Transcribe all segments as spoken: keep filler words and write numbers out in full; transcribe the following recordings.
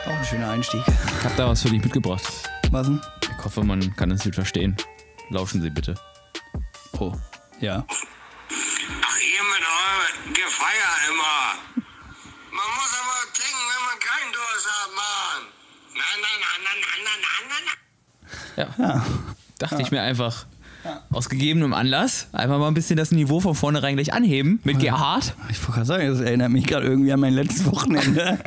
Auch ein schöner Einstieg. Ich habe da was für dich mitgebracht. Was denn? Ich hoffe, man kann es gut verstehen. Lauschen Sie bitte. Oh, ja. Ach, ihr mit eurem Gefeier immer. Man muss aber trinken, wenn man keinen Durst hat, Mann. Na, na, na, na, na, na, na, na. Ja. Ja. Dachte Ja. ich mir einfach, aus gegebenem Anlass, einfach mal ein bisschen das Niveau von vornherein gleich anheben mit Gerhard. Ich wollte gerade sagen, das erinnert mich gerade irgendwie an mein letztes Wochenende.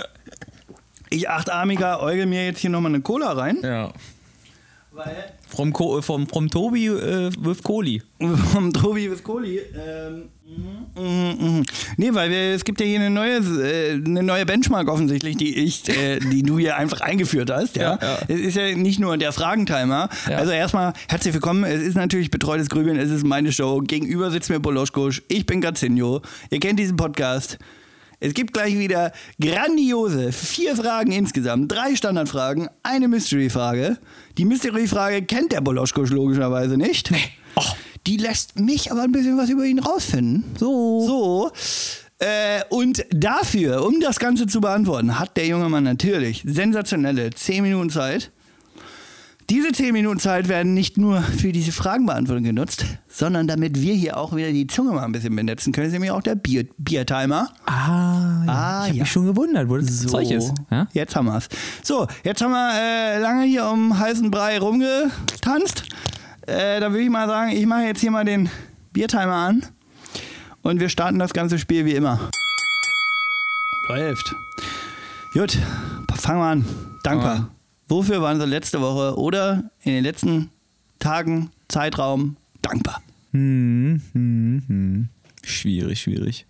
Ich achtarmiger äugel mir jetzt hier nochmal eine Cola rein. Ja. Weil Vom, Ko vom, vom Tobi äh, with Kohli. vom Tobi bis Kohli. Ähm, mm, mm, mm. Nee, weil wir, es gibt ja hier eine neue, äh, eine neue Benchmark offensichtlich, die ich, äh, die du hier einfach eingeführt hast. Ja? Ja, ja. Es ist ja nicht nur der Fragentimer. Ja. Also erstmal herzlich willkommen. Es ist natürlich betreutes Grübeln, es ist meine Show. Gegenüber sitzt mir Boloschkusch. Ich bin Gatzinho. Ihr kennt diesen Podcast. Es gibt gleich wieder grandiose vier Fragen insgesamt, drei Standardfragen, eine Mystery-Frage. Die Mystery-Frage kennt der Boloschkusch logischerweise nicht. Nee. Oh. Die lässt mich aber ein bisschen was über ihn rausfinden. So. So. Äh, und dafür, um das Ganze zu beantworten, hat der junge Mann natürlich sensationelle zehn Minuten Zeit. Diese zehn Minuten Zeit werden nicht nur für diese Fragenbeantwortung genutzt, sondern damit wir hier auch wieder die Zunge mal ein bisschen benetzen können, ist nämlich auch der Bier Biertimer. Ah, ja. Ah, ich habe ja. mich schon gewundert, wo das So, Zeug ist. Ja? Jetzt haben wir es. So, jetzt haben wir äh, lange hier um heißen Brei rumgetanzt. Äh, da würde ich mal sagen, ich mache jetzt hier mal den Biertimer an und wir starten das ganze Spiel wie immer. Läuft. Gut, fangen wir an. Dankbar. Ah. Wofür waren Sie letzte Woche oder in den letzten Tagen, Zeitraum dankbar? Hm, hm, hm. Schwierig, schwierig.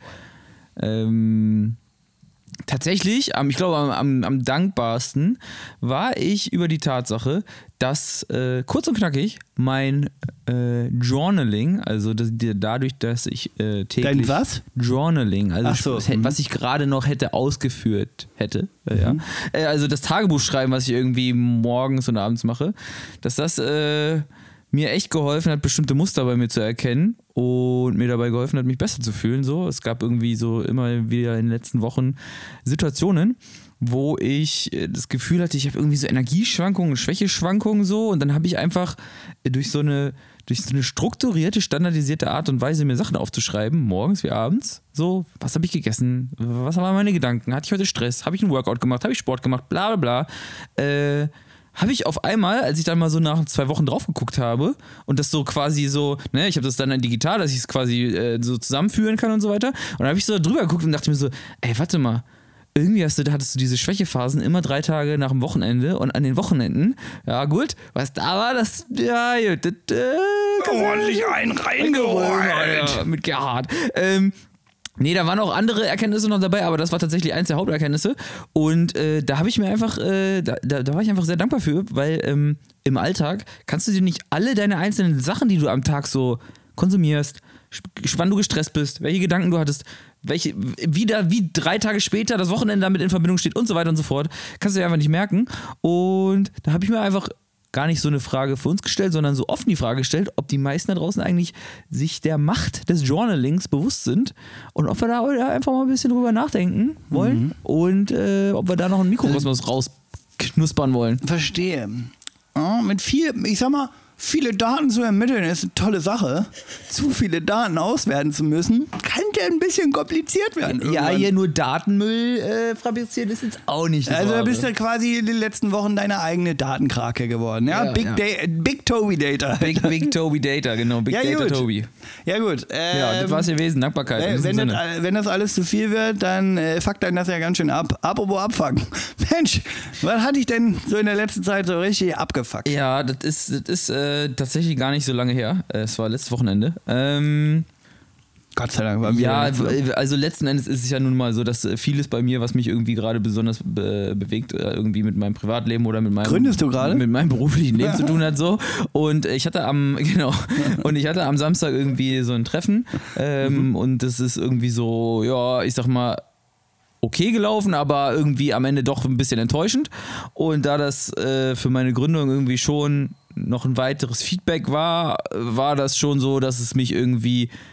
Ähm, tatsächlich, am, ich glaube, am, am, am dankbarsten war ich über die Tatsache, dass äh, kurz und knackig mein äh, Journaling, also das, die, dadurch, dass ich äh, täglich... Dein was? Journaling, also Ach so, was, hätte- mhm. was ich gerade noch hätte ausgeführt hätte, äh, ja. Äh, also das Tagebuch schreiben, was ich irgendwie morgens und abends mache, dass das äh, mir echt geholfen hat, bestimmte Muster bei mir zu erkennen und mir dabei geholfen hat, mich besser zu fühlen. So, es gab irgendwie so immer wieder in den letzten Wochen Situationen, wo ich äh, das Gefühl hatte, ich habe irgendwie so Energieschwankungen, Schwächeschwankungen so und dann habe ich einfach äh, durch so eine durch so eine strukturierte, standardisierte Art und Weise mir Sachen aufzuschreiben, morgens wie abends, so, was habe ich gegessen, was waren meine Gedanken, hatte ich heute Stress, habe ich einen Workout gemacht, habe ich Sport gemacht, bla bla bla, äh, habe ich auf einmal, als ich dann mal so nach zwei Wochen drauf geguckt habe und das so quasi so, ne, ich habe das dann dann digital, dass ich es quasi äh, so zusammenführen kann und so weiter und dann habe ich so drüber geguckt und dachte mir so, ey, warte mal, irgendwie hast du, hattest du diese Schwächephasen immer drei Tage nach dem Wochenende und an den Wochenenden, ja gut, was da war, das, ja, ja das, äh, Ordentlich einen reingeholt. ja, mit Gerhard. Ähm, nee, da waren auch andere Erkenntnisse noch dabei, aber das war tatsächlich eins der Haupterkenntnisse. Und äh, da habe ich mir einfach, äh, da, da, da war ich einfach sehr dankbar für, weil ähm, im Alltag kannst du dir nicht alle deine einzelnen Sachen, die du am Tag so konsumierst, sch- wann du gestresst bist, welche Gedanken du hattest, welche, wie, da, wie drei Tage später das Wochenende damit in Verbindung steht und so weiter und so fort, kannst du dir einfach nicht merken. Und da habe ich mir einfach gar nicht so eine Frage für uns gestellt, sondern so offen die Frage gestellt, ob die meisten da draußen eigentlich sich der Macht des Journalings bewusst sind und ob wir da einfach mal ein bisschen drüber nachdenken wollen mhm. und äh, ob wir da noch einen Mikrokosmos rausknuspern wollen. Verstehe. Ja, mit viel, ich sag mal, viele Daten zu ermitteln ist eine tolle Sache. Zu viele Daten auswerten zu müssen, könnte ein bisschen kompliziert werden. Ja, irgendwann. hier nur Datenmüll äh, fabrizieren ist jetzt auch nicht das Also da Wahre. bist du quasi in den letzten Wochen deine eigene Datenkrake geworden. Ja, Ja, Big, ja. Da- Big Toby Data. Big, Big Toby Data, genau. Big Ja, Data gut. Toby. Ja gut. Ähm, Ja, das war's gewesen. Dankbarkeit. in Äh, diesem wenn, Sinne. das, wenn das alles zu viel wird, dann äh, fuckt dann das ja ganz schön ab. Apropos abfucken. Mensch, was hatte ich denn so in der letzten Zeit so richtig abgefuckt? Ja, das ist, das ist äh, tatsächlich gar nicht so lange her. Äh, Es war letztes Wochenende. Ähm, Gott sei Dank war mir ja, letzte Woche. also letzten Endes ist es ja nun mal so, dass äh, vieles bei mir, was mich irgendwie gerade besonders be bewegt, äh, irgendwie mit meinem Privatleben oder mit meinem Gründest du gerade? mit meinem beruflichen Leben zu tun hat so. Und ich hatte am genau und ich hatte am Samstag irgendwie so ein Treffen ähm, mhm. und das ist irgendwie so, ja, ich sag mal okay gelaufen, aber irgendwie am Ende doch ein bisschen enttäuschend. Und da das äh, für meine Gründung irgendwie schon noch ein weiteres Feedback war, war das schon so, dass es mich irgendwie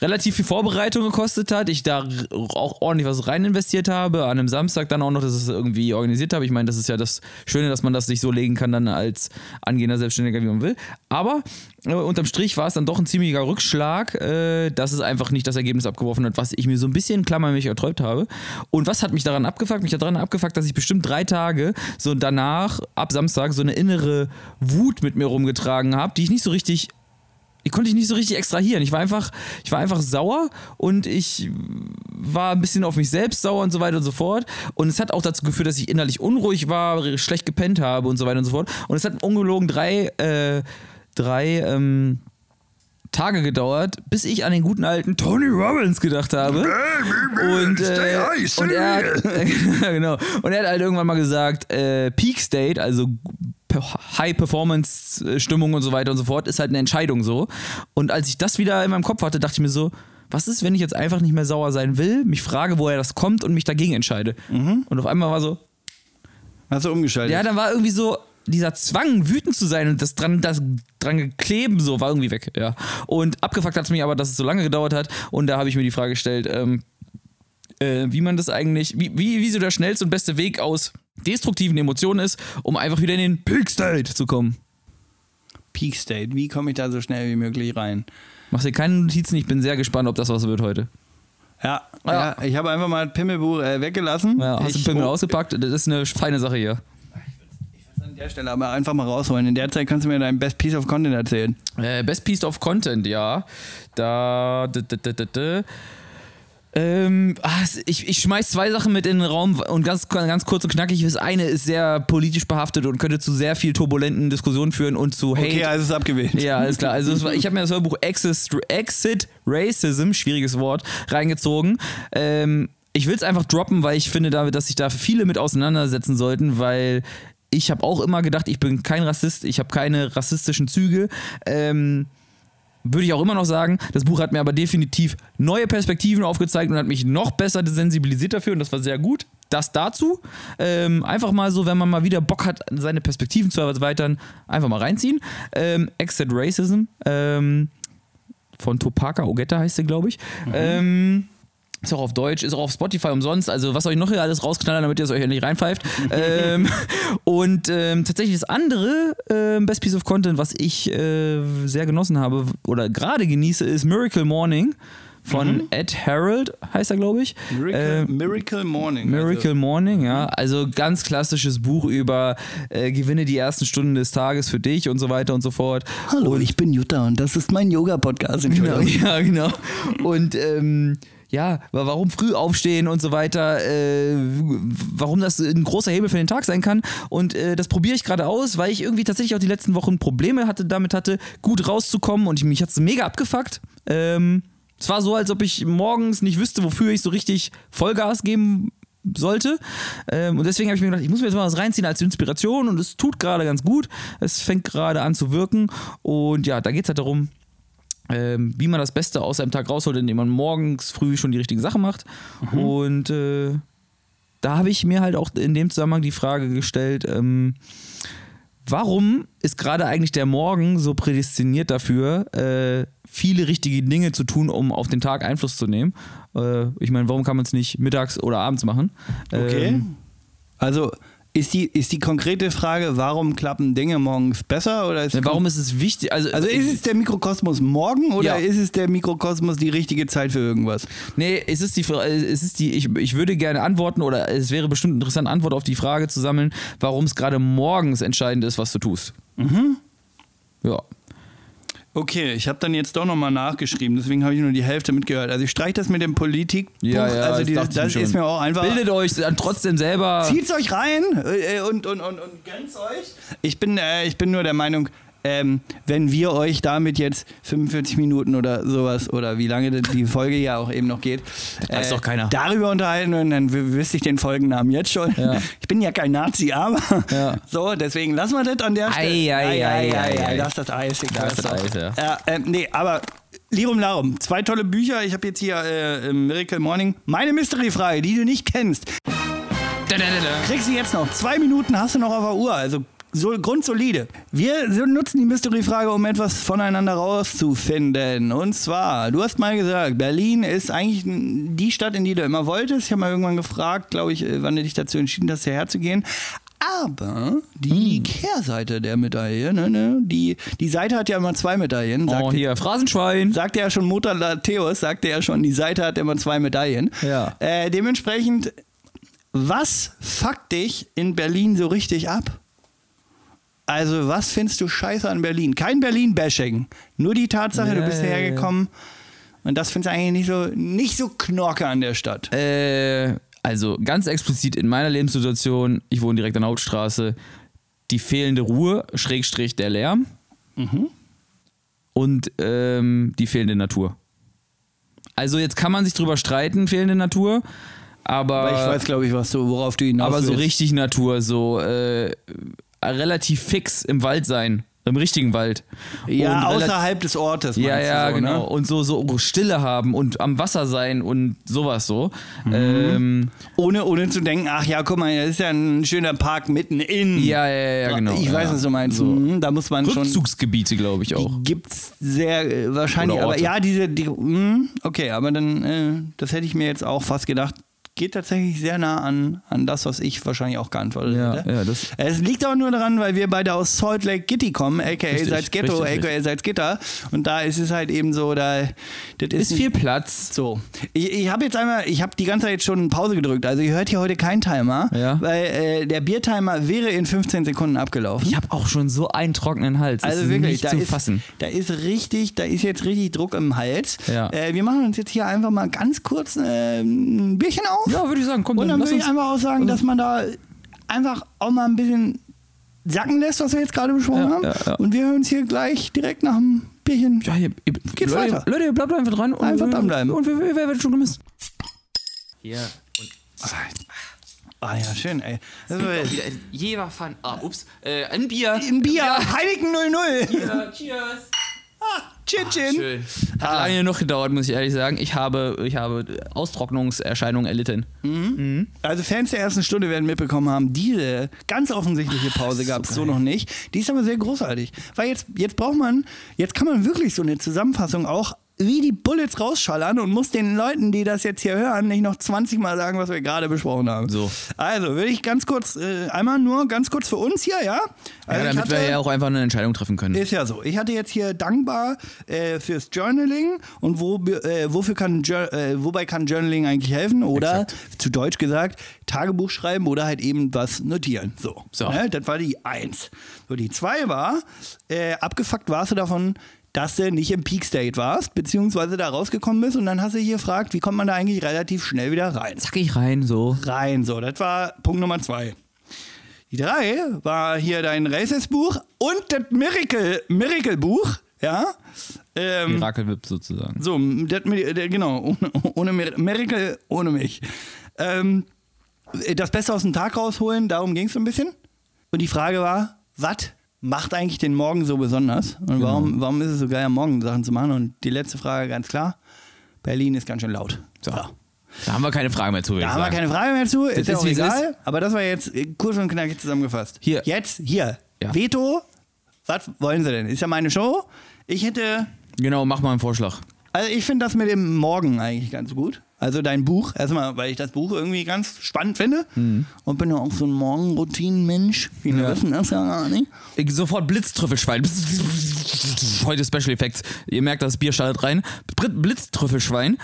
relativ viel Vorbereitung gekostet hat, ich da auch ordentlich was rein investiert habe, an einem Samstag dann auch noch, dass ich es irgendwie organisiert habe. Ich meine, das ist ja das Schöne, dass man das sich so legen kann dann als angehender Selbstständiger, wie man will. Aber äh, unterm Strich war es dann doch ein ziemlicher Rückschlag, äh, dass es einfach nicht das Ergebnis abgeworfen hat, was ich mir so ein bisschen klammermäßig erträumt habe. Und was hat mich daran abgefuckt? Mich hat daran abgefuckt, dass ich bestimmt drei Tage so danach, ab Samstag, so eine innere Wut mit mir rumgetragen habe, die ich nicht so richtig Die konnte ich nicht so richtig extrahieren. Ich war einfach, ich war einfach sauer und ich war ein bisschen auf mich selbst sauer und so weiter und so fort. Und es hat auch dazu geführt, dass ich innerlich unruhig war, schlecht gepennt habe und so weiter und so fort. Und es hat ungelogen drei, äh, drei ähm, Tage gedauert, bis ich an den guten alten Tony Robbins gedacht habe. Und, äh, und er hat, genau. Und er hat halt irgendwann mal gesagt, äh, Peak State, also High-Performance-Stimmung und so weiter und so fort, ist halt eine Entscheidung so. Und als ich das wieder in meinem Kopf hatte, dachte ich mir so, was ist, wenn ich jetzt einfach nicht mehr sauer sein will, mich frage, woher das kommt und mich dagegen entscheide. Mhm. Und auf einmal war so... Hast du umgeschaltet? Ja, dann war irgendwie so dieser Zwang, wütend zu sein und das dran, das dran gekleben, so, war irgendwie weg, ja. Und abgefuckt hat es mich aber, dass es so lange gedauert hat. Und da habe ich mir die Frage gestellt, ähm, äh, wie man das eigentlich, wie, wie, wie so der schnellste und beste Weg aus destruktiven Emotionen ist, um einfach wieder in den Peak State zu kommen. Peak State, wie komme ich da so schnell wie möglich rein? Mach dir keine Notizen, ich bin sehr gespannt, ob das was wird heute. Ja, ja. ja ich habe einfach mal Pimmelbuch äh, weggelassen. Ja, hast ich, du Pimmel oh, ausgepackt? Das ist eine feine Sache hier. Ich würde es an der Stelle aber einfach mal rausholen. In der Zeit kannst du mir dein Best Piece of Content erzählen. Äh, Best Piece of Content, ja. Da... da, da, da, da, da. Ähm, ich, ich schmeiß zwei Sachen mit in den Raum und ganz, ganz kurz und knackig. Das eine ist sehr politisch behaftet und könnte zu sehr viel turbulenten Diskussionen führen und zu Hate. Okay, also ist abgewählt. Ja, alles klar. Also es war, ich habe mir das Hörbuch Exit, Exit Racism, schwieriges Wort, reingezogen. Ähm, ich will es einfach droppen, weil ich finde, dass sich da viele mit auseinandersetzen sollten, weil ich habe auch immer gedacht, ich bin kein Rassist, ich habe keine rassistischen Züge. Ähm, Würde ich auch immer noch sagen. Das Buch hat mir aber definitiv neue Perspektiven aufgezeigt und hat mich noch besser sensibilisiert dafür und das war sehr gut. Das dazu. Ähm, einfach mal so, wenn man mal wieder Bock hat, seine Perspektiven zu erweitern, einfach mal reinziehen. Ähm, Exit Racism ähm, von Topaka Ogeta heißt sie, glaube ich. Mhm. Ähm, Ist auch auf Deutsch, ist auch auf Spotify umsonst. Also was soll ich noch hier alles rausknallen, damit ihr es euch endlich reinpfeift. ähm, und ähm, tatsächlich das andere äh, Best Piece of Content, was ich äh, sehr genossen habe oder gerade genieße, ist Miracle Morning von mhm. Ed Harold, heißt er, glaube ich. Miracle, äh, Miracle Morning. Miracle also. Morning, ja. Also ganz klassisches Buch über äh, gewinne die ersten Stunden des Tages für dich und so weiter und so fort. Hallo, und, ich bin Jutta und das ist mein Yoga-Podcast. Genau, ja, genau. Und ähm, ja, warum früh aufstehen und so weiter, äh, warum das ein großer Hebel für den Tag sein kann. Und äh, das probiere ich gerade aus, weil ich irgendwie tatsächlich auch die letzten Wochen Probleme hatte, damit hatte, gut rauszukommen und ich, mich hat es mega abgefuckt. Ähm, es war so, als ob ich morgens nicht wüsste, wofür ich so richtig Vollgas geben sollte. Ähm, und deswegen habe ich mir gedacht, ich muss mir jetzt mal was reinziehen als Inspiration und es tut gerade ganz gut. Es fängt gerade an zu wirken und ja, da geht es halt darum, Ähm, wie man das Beste aus seinem Tag rausholt, indem man morgens früh schon die richtigen Sachen macht. Mhm. Und äh, da habe ich mir halt auch in dem Zusammenhang die Frage gestellt, ähm, warum ist gerade eigentlich der Morgen so prädestiniert dafür, äh, viele richtige Dinge zu tun, um auf den Tag Einfluss zu nehmen? Äh, ich meine, warum kann man es nicht mittags oder abends machen? Okay. Ähm, also Ist die, ist die konkrete Frage, warum klappen Dinge morgens besser? Oder ist ja, warum ist es wichtig? Also, also ist es der Mikrokosmos morgen oder ja. ist es der Mikrokosmos die richtige Zeit für irgendwas? Nee, es ist die, es ist die ich, ich würde gerne antworten oder es wäre bestimmt interessant, Antwort auf die Frage zu sammeln, warum es gerade morgens entscheidend ist, was du tust. Mhm. Ja. Okay, ich habe dann jetzt doch nochmal nachgeschrieben, deswegen habe ich nur die Hälfte mitgehört. Also ich streiche das mit dem Politikbuch, ja, ja, also die, das, das ist mir auch einfach... Bildet euch dann trotzdem selber... Zieht's euch rein äh, und, und, und, und gönnt's euch. Ich bin, äh, ich bin nur der Meinung, ähm, wenn wir euch damit jetzt fünfundvierzig Minuten oder sowas, oder wie lange die Folge ja auch eben noch geht, das weiß äh, doch keiner. darüber unterhalten und dann wüsste ich den Folgennamen jetzt schon. Ja. Ich bin ja kein Nazi, aber ja. so, deswegen lassen wir das an der Stelle. Ei, ei, ei, ei, ei. Lass das Eis. Lass das Eis, ja. ja äh, nee, aber Lirum Larum, zwei tolle Bücher. Ich habe jetzt hier äh, Miracle Morning, meine Mystery-Frage, die du nicht kennst. Da, da, da, da. Kriegst du jetzt noch zwei Minuten, hast du noch auf der Uhr, also so grundsolide. Wir nutzen die Mystery-Frage, um etwas voneinander rauszufinden. Und zwar, du hast mal gesagt, Berlin ist eigentlich die Stadt, in die du immer wolltest. Ich habe mal irgendwann gefragt, glaube ich, wann du dich dazu entschieden hast, hierher zu gehen. Aber die hm. Kehrseite der Medaille, ne, ne, die, die Seite hat ja immer zwei Medaillen. Sagt, oh, hier, Phrasenschwein. Sagte ja schon Mutter Matthäus, sagte ja schon, die Seite hat immer zwei Medaillen. Ja. Äh, dementsprechend, was fuckt dich in Berlin so richtig ab? Also, was findest du scheiße an Berlin? Kein Berlin-Bashing. Nur die Tatsache, yeah. du bist hierher gekommen und das findest du eigentlich nicht so, nicht so knorke an der Stadt. Äh, also ganz explizit in meiner Lebenssituation, ich wohne direkt an der Hauptstraße, die fehlende Ruhe, Schrägstrich der Lärm mhm. und ähm, die fehlende Natur. Also jetzt kann man sich drüber streiten, fehlende Natur, aber... aber ich weiß, glaube ich, was du, worauf du hinaus Aber willst. so richtig Natur, so... Äh, relativ fix im Wald sein, im richtigen Wald. Ja, und außerhalb des Ortes. Ja, ja, so, genau. Ne? Und so, so Stille haben und am Wasser sein und sowas so. Mhm. Ähm, ohne, ohne zu denken, ach ja, guck mal, das ist ja ein schöner Park mitten in. Ja, ja, ja, genau. Ich weiß, ja. was du meinst. So. Da muss man schon. Rückzugsgebiete, glaube ich auch. Die gibt's sehr äh, wahrscheinlich. Aber ja, diese, die, mh, okay, aber dann, äh, das hätte ich mir jetzt auch fast gedacht. Geht tatsächlich sehr nah an, an das, was ich wahrscheinlich auch geantwortet ja, hätte. Ja, das es liegt aber nur daran, weil wir beide aus Salt Lake City kommen, aka Salzghetto, aka Salzgitter. Und da ist es halt eben so, da das ist, ist viel Platz. So. Ich, ich habe jetzt einmal, ich habe die ganze Zeit schon Pause gedrückt. Also ihr hört hier heute keinen Timer, ja. weil äh, der Biertimer wäre in fünfzehn Sekunden abgelaufen. Ich habe auch schon so einen trockenen Hals. Das also ist wirklich, nicht da zu ist, fassen. Da ist richtig, da ist jetzt richtig Druck im Hals. Ja. Äh, wir machen uns jetzt hier einfach mal ganz kurz äh, ein Bierchen auf. Ja, würde ich sagen, komm. Und dann würde ich einfach auch sagen, dass man da einfach auch mal ein bisschen sacken lässt, was wir jetzt gerade besprochen ja, haben. Ja, ja. Und wir hören uns hier gleich direkt nach dem Bierchen. Ja, hier, geht's Leute, weiter. Leute, bleibt einfach dran. Und einfach dranbleiben. Und wer wird schon gemisst? Hier. Und ah ja, schön, ey. Das wieder Jever Fun. Ah, ups. Äh, ein Bier. Ein Bier. Ja. Heineken null null. Ja, cheers. Ah, Chin Chin. Ah, schön. Hat ah. lange noch gedauert, muss ich ehrlich sagen. Ich habe, ich habe Austrocknungserscheinungen erlitten. Mhm. Mhm. Also Fans der ersten Stunde werden mitbekommen haben, diese ganz offensichtliche Pause gab es so, so noch nicht. Die ist aber sehr großartig. Weil jetzt, jetzt braucht man, jetzt kann man wirklich so eine Zusammenfassung auch wie die Bullets rausschallern und muss den Leuten, die das jetzt hier hören, nicht noch zwanzig Mal sagen, was wir gerade besprochen haben. So. Also, würde ich ganz kurz, äh, einmal nur ganz kurz für uns hier, ja? Also ja, damit hatte, wir ja auch einfach eine Entscheidung treffen können. Ist ja so. Ich hatte jetzt hier dankbar äh, fürs Journaling und wo, äh, wofür kann, äh, wobei kann Journaling eigentlich helfen? Oder, exakt. Zu Deutsch gesagt, Tagebuch schreiben oder halt eben was notieren. So. so. Ne? Das war die eins. So, die zwei war, äh, abgefuckt warst du davon, dass du nicht im Peak State warst, beziehungsweise da rausgekommen bist und dann hast du hier gefragt, wie kommt man da eigentlich relativ schnell wieder rein? Zack ich rein, so. Rein, so. Das war Punkt Nummer zwei. Die drei war hier dein Races-Buch und das Miracle, Miracle-Buch, ja. Ähm, Miracle-Wip sozusagen. So, das, genau, ohne, ohne Miracle, ohne mich. Ähm, das Beste aus dem Tag rausholen, darum ging es so ein bisschen. Und die Frage war, was macht eigentlich den Morgen so besonders? Und genau. warum, warum ist es so geil, am Morgen Sachen zu machen? Und die letzte Frage ganz klar, Berlin ist ganz schön laut. So. so. Da haben wir keine Frage mehr zu. Da haben sagen. wir keine Frage mehr zu, das ist ja auch ist, egal. ist. Aber das war jetzt kurz und knackig zusammengefasst. Hier. Jetzt, hier, ja. Veto, was wollen Sie denn? Ist ja meine Show. Ich hätte... Genau, mach mal einen Vorschlag. Also ich finde das mit dem Morgen eigentlich ganz gut. Also dein Buch, erstmal, weil ich das Buch irgendwie ganz spannend finde. Mhm. Und bin ja auch so ein Morgenroutinen-Mensch. Viele ja. wissen das ja gar nicht. Ich, sofort Blitztrüffelschwein. Heute Special Effects. Ihr merkt, das Bier schaltet rein. Blitztrüffelschwein.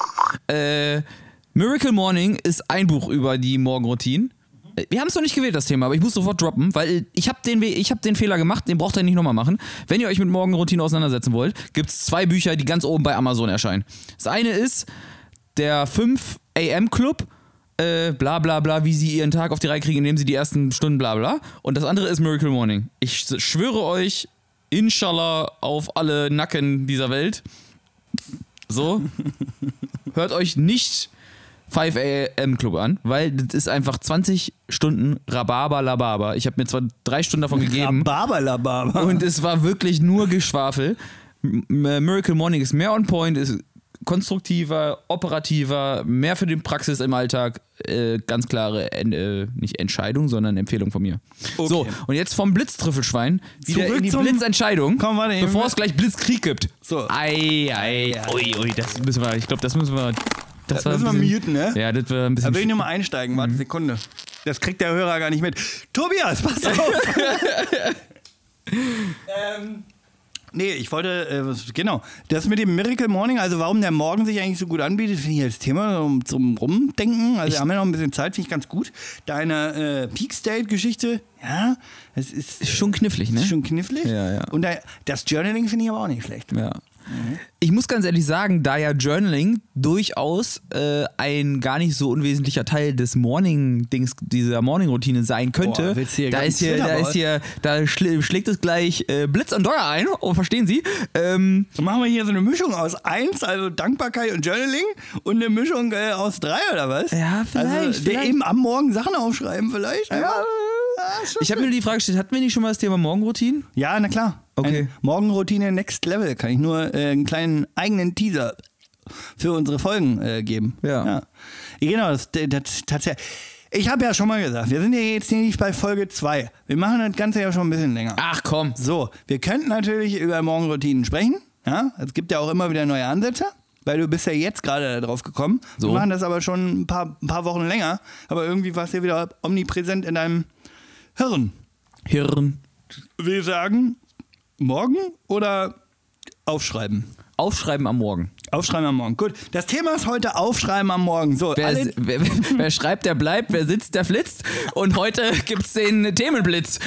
Äh, Miracle Morning ist ein Buch über die Morgenroutinen. Wir haben es noch nicht gewählt, das Thema, aber ich muss sofort droppen, weil ich habe den, hab den Fehler gemacht, den braucht ihr nicht nochmal machen. Wenn ihr euch mit Morgenroutinen auseinandersetzen wollt, gibt es zwei Bücher, die ganz oben bei Amazon erscheinen. Das eine ist der fünf A M Club, äh, bla bla bla, wie sie ihren Tag auf die Reihe kriegen, indem sie die ersten Stunden bla bla. Und das andere ist Miracle Morning. Ich schwöre euch, inshallah, auf alle Nacken dieser Welt. So, hört euch nicht fünf A M Club an, weil das ist einfach zwanzig Stunden Rhabarber Labarber. Ich habe mir zwar drei Stunden davon gegeben. Rhabarber Labarber. Und es war wirklich nur Geschwafel. M- Miracle Morning ist mehr on point, ist konstruktiver, operativer, mehr für die Praxis im Alltag. Äh, ganz klare, äh, nicht Entscheidung, sondern Empfehlung von mir. Okay. So, und jetzt vom Blitztrüffelschwein wieder Zurück in die zum- Blitzentscheidung, Komm, warte, bevor eben- es gleich Blitzkrieg gibt. So. Ei, ei, ui, ui, das müssen wir, ich glaube, das müssen wir, das, Das war ein müssen wir bisschen, muten, ne? Ja, das war ein bisschen, Da will ich nur mal einsteigen. Warte, Sekunde. Das kriegt der Hörer gar nicht mit. Tobias, pass auf! ähm, nee, ich wollte, äh, was- genau, das mit dem Miracle Morning, also warum der Morgen sich eigentlich so gut anbietet, finde ich als Thema um, zum Rumdenken. Also wir haben ja noch ein bisschen Zeit, finde ich ganz gut. Deine äh, Peak State-Geschichte, ja, es ist, ist schon knifflig, ne? ist schon knifflig. Ja, ja. Und da, das Journaling finde ich aber auch nicht schlecht. Ja. Ich muss ganz ehrlich sagen, da ja Journaling durchaus äh, ein gar nicht so unwesentlicher Teil des Morning-Dings, dieser Morning-Routine sein könnte, Boah, willst du hier da gerade ist hier, einen da Twitter ist hier, da schl- schlägt es gleich äh, Blitz und Donner ein, oh, verstehen Sie? Ähm, Dann machen wir hier so eine Mischung aus eins, also Dankbarkeit und Journaling, und eine Mischung äh, aus drei oder was? Ja, vielleicht, Also der vielleicht. eben am Morgen Sachen aufschreiben vielleicht. Ja, ja, schon ich habe mir die Frage gestellt, hatten wir nicht schon mal das Thema Morgenroutinen? Ja, na klar. Okay. Eine Morgenroutine Next Level. Kann ich nur äh, einen kleinen eigenen Teaser für unsere Folgen äh, geben. Ja. ja. Genau, das, das tatsächlich. Ich habe ja schon mal gesagt, wir sind ja jetzt nicht bei Folge zwei. Wir machen das Ganze ja schon ein bisschen länger. Ach komm. So, wir könnten natürlich über Morgenroutinen sprechen. Ja, es gibt ja auch immer wieder neue Ansätze, weil du bist ja jetzt gerade darauf gekommen. So. Wir machen das aber schon ein paar, ein paar Wochen länger. Aber irgendwie war es ja wieder omnipräsent in deinem Hirn. Hirn. Wir sagen, morgen oder aufschreiben? Aufschreiben am Morgen. Aufschreiben am Morgen. Gut, das Thema ist heute Aufschreiben am Morgen. So, Wer, alle, wer, wer schreibt, der bleibt, wer sitzt, der flitzt. Und heute gibt's den Themenblitz.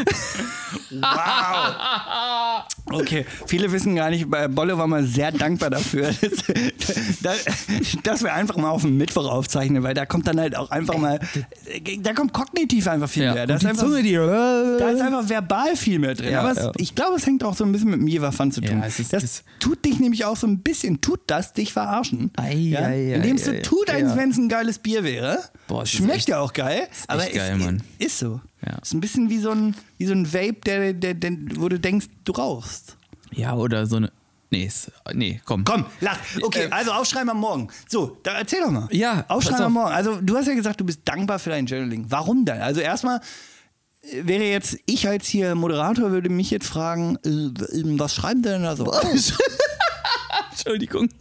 wow. Okay, viele wissen gar nicht, bei Bolle war mal sehr dankbar dafür, dass, dass wir einfach mal auf den Mittwoch aufzeichnen, weil da kommt dann halt auch einfach mal, da kommt kognitiv einfach viel Ja, mehr. und Da ist, die einfach, Zunge, die... da ist einfach verbal viel mehr drin. Ja, Aber es, ja. ich glaube, es hängt auch so ein bisschen mit dem Jeverfan zu tun. Ja, es ist- das es- tut dich nämlich auch so ein bisschen, tut das dich verarschen. Ei, ja? ei, Indem es ei, so ei. tut, als Ja. wenn es ein geiles Bier wäre. Boah, es ist Schmeckt echt- ja auch geil. aber echt geil, ist, Mann. ist so. Ja. Ist ein bisschen wie so ein, wie so ein Vape, der, der, der, wo du denkst, du rauchst. Ja, oder so eine... Nee, ist, nee, komm. Komm, lass. Okay, Äh, also aufschreiben am Morgen. So, da erzähl doch mal. Ja, Aufschreiben pass auf. am Morgen. Also, du hast ja gesagt, du bist dankbar für dein Journaling. Warum denn? Also, erstmal äh, wäre jetzt, ich als hier Moderator würde mich jetzt fragen, äh, äh, was schreiben denn da so? Entschuldigung.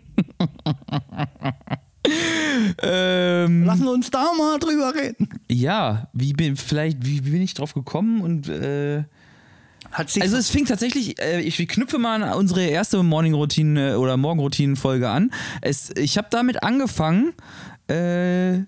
ähm, Lassen wir uns da mal drüber reden. ja, wie bin, vielleicht, wie, wie bin ich drauf gekommen und äh, Hat sich also es fing tatsächlich, äh, ich knüpfe mal an unsere erste Morning-Routine oder Morgenroutinen-Folge an. Es, ich habe damit angefangen, äh,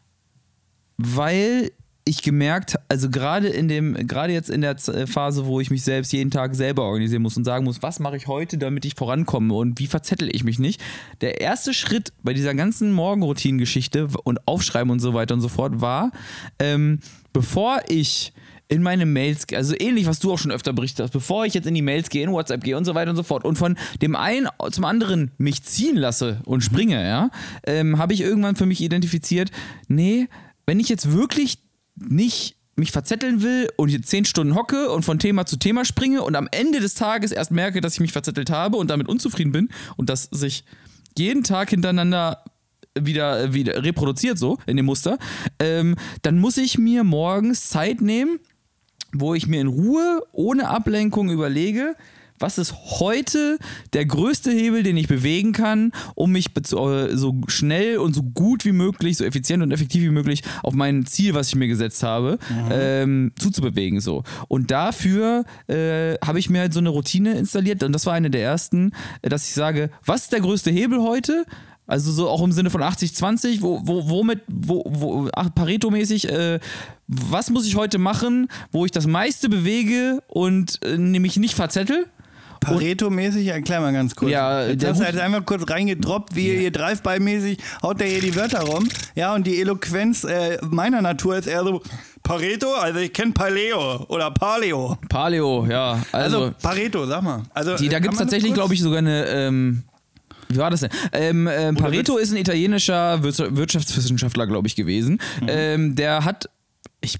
weil ich gemerkt, also gerade in dem, gerade jetzt in der Z- Phase, wo ich mich selbst jeden Tag selber organisieren muss und sagen muss, was mache ich heute, damit ich vorankomme und wie verzettel ich mich nicht. Der erste Schritt bei dieser ganzen Morgenroutinen-Geschichte und Aufschreiben und so weiter und so fort war, ähm, bevor ich in meine Mails, also ähnlich, was du auch schon öfter berichtet hast, bevor ich jetzt in die Mails gehe, in WhatsApp gehe und so weiter und so fort und von dem einen zum anderen mich ziehen lasse und springe, ja, ähm, habe ich irgendwann für mich identifiziert, nee, wenn ich jetzt wirklich nicht mich verzetteln will und hier zehn Stunden hocke und von Thema zu Thema springe und am Ende des Tages erst merke, dass ich mich verzettelt habe und damit unzufrieden bin und dass sich jeden Tag hintereinander wieder, wieder reproduziert so in dem Muster, ähm, dann muss ich mir morgens Zeit nehmen, wo ich mir in Ruhe, ohne Ablenkung überlege, was ist heute der größte Hebel, den ich bewegen kann, um mich so schnell und so gut wie möglich, so effizient und effektiv wie möglich auf mein Ziel, was ich mir gesetzt habe, mhm. ähm, zuzubewegen. So. Und dafür äh, habe ich mir halt so eine Routine installiert und das war eine der ersten, dass ich sage, was ist der größte Hebel heute? Also so auch im Sinne von achtzig zwanzig, wo, wo, womit, wo, wo, ach, Pareto-mäßig, äh, was muss ich heute machen, wo ich das meiste bewege und äh, nämlich nicht verzettel? Pareto-mäßig, erklär mal ganz kurz. Ja, Jetzt der hast du Hut- halt einfach kurz reingedroppt, wie Ja. ihr Drive-By-mäßig haut der hier die Wörter rum. Ja, und die Eloquenz äh, meiner Natur ist eher so, Pareto, also ich kenne Paleo oder Paleo. Paleo, ja. Also, Also, Pareto, sag mal. Also, die, da kann gibt es man das tatsächlich, kurz- glaube ich, sogar eine, ähm, wie war das denn? Ähm, ähm, Pareto ist ein italienischer Wir- Wirtschaftswissenschaftler, glaube ich, gewesen. Mhm. Ähm, der hat, ich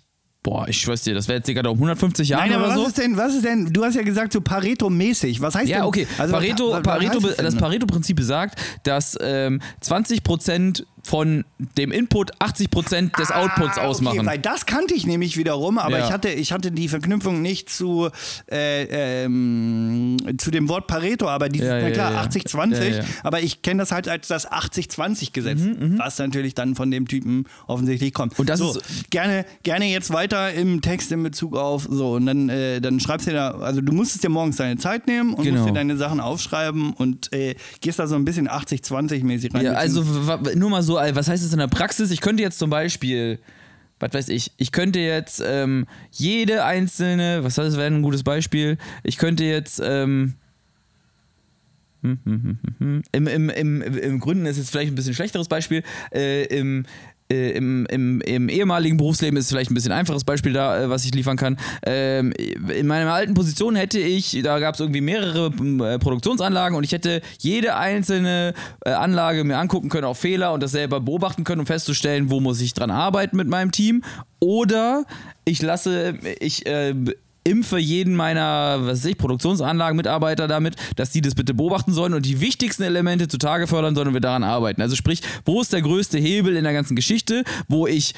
Boah, ich schwör's dir, das wäre jetzt gerade um hundertfünfzig Jahre Nein, aber oder was so. ist denn, was ist denn, du hast ja gesagt, so Pareto-mäßig. Was heißt Ja, denn? okay. Also, Pareto, was, was Pareto, heißt das denn? Pareto-Prinzip besagt, dass ähm, zwanzig Prozent von dem Input achtzig Prozent des Outputs Ah, ausmachen. Okay, weil das kannte ich nämlich wiederum, aber Ja. ich, hatte, ich hatte die Verknüpfung nicht zu, äh, ähm, zu dem Wort Pareto, aber dieses, Ja, na ja, klar, ja. achtzig zwanzig, Ja, ja. aber ich kenne das halt als das achtzig zwanzig Gesetz, was natürlich dann von dem Typen offensichtlich kommt. Und das so, ist- gerne, gerne jetzt weiter im Text in Bezug auf, so, und dann, äh, dann schreibst du da, also du musstest dir morgens deine Zeit nehmen und Genau. musst dir deine Sachen aufschreiben und äh, gehst da so ein bisschen achtzig zwanzig mäßig rein. Ja, also w- w- nur mal so, was heißt es in der Praxis? Ich könnte jetzt zum Beispiel, was weiß ich, ich könnte jetzt ähm, jede einzelne, was heißt, das wäre ein gutes Beispiel, ich könnte jetzt, ähm, hm, hm, hm, hm, hm. Im, im, im, im Gründen ist jetzt vielleicht ein bisschen schlechteres Beispiel, äh, im Äh, im, im, im ehemaligen Berufsleben ist vielleicht ein bisschen einfaches Beispiel da, äh, was ich liefern kann. Ähm, in meiner alten Position hätte ich, da gab es irgendwie mehrere äh, Produktionsanlagen und ich hätte jede einzelne äh, Anlage mir angucken können auf Fehler und das selber beobachten können, um festzustellen, wo muss ich dran arbeiten mit meinem Team. Oder ich lasse, ich äh, impfe jeden meiner, was weiß ich, Produktionsanlagenmitarbeiter damit, dass die das bitte beobachten sollen und die wichtigsten Elemente zutage fördern sollen und wir daran arbeiten. Also sprich, wo ist der größte Hebel in der ganzen Geschichte, wo ich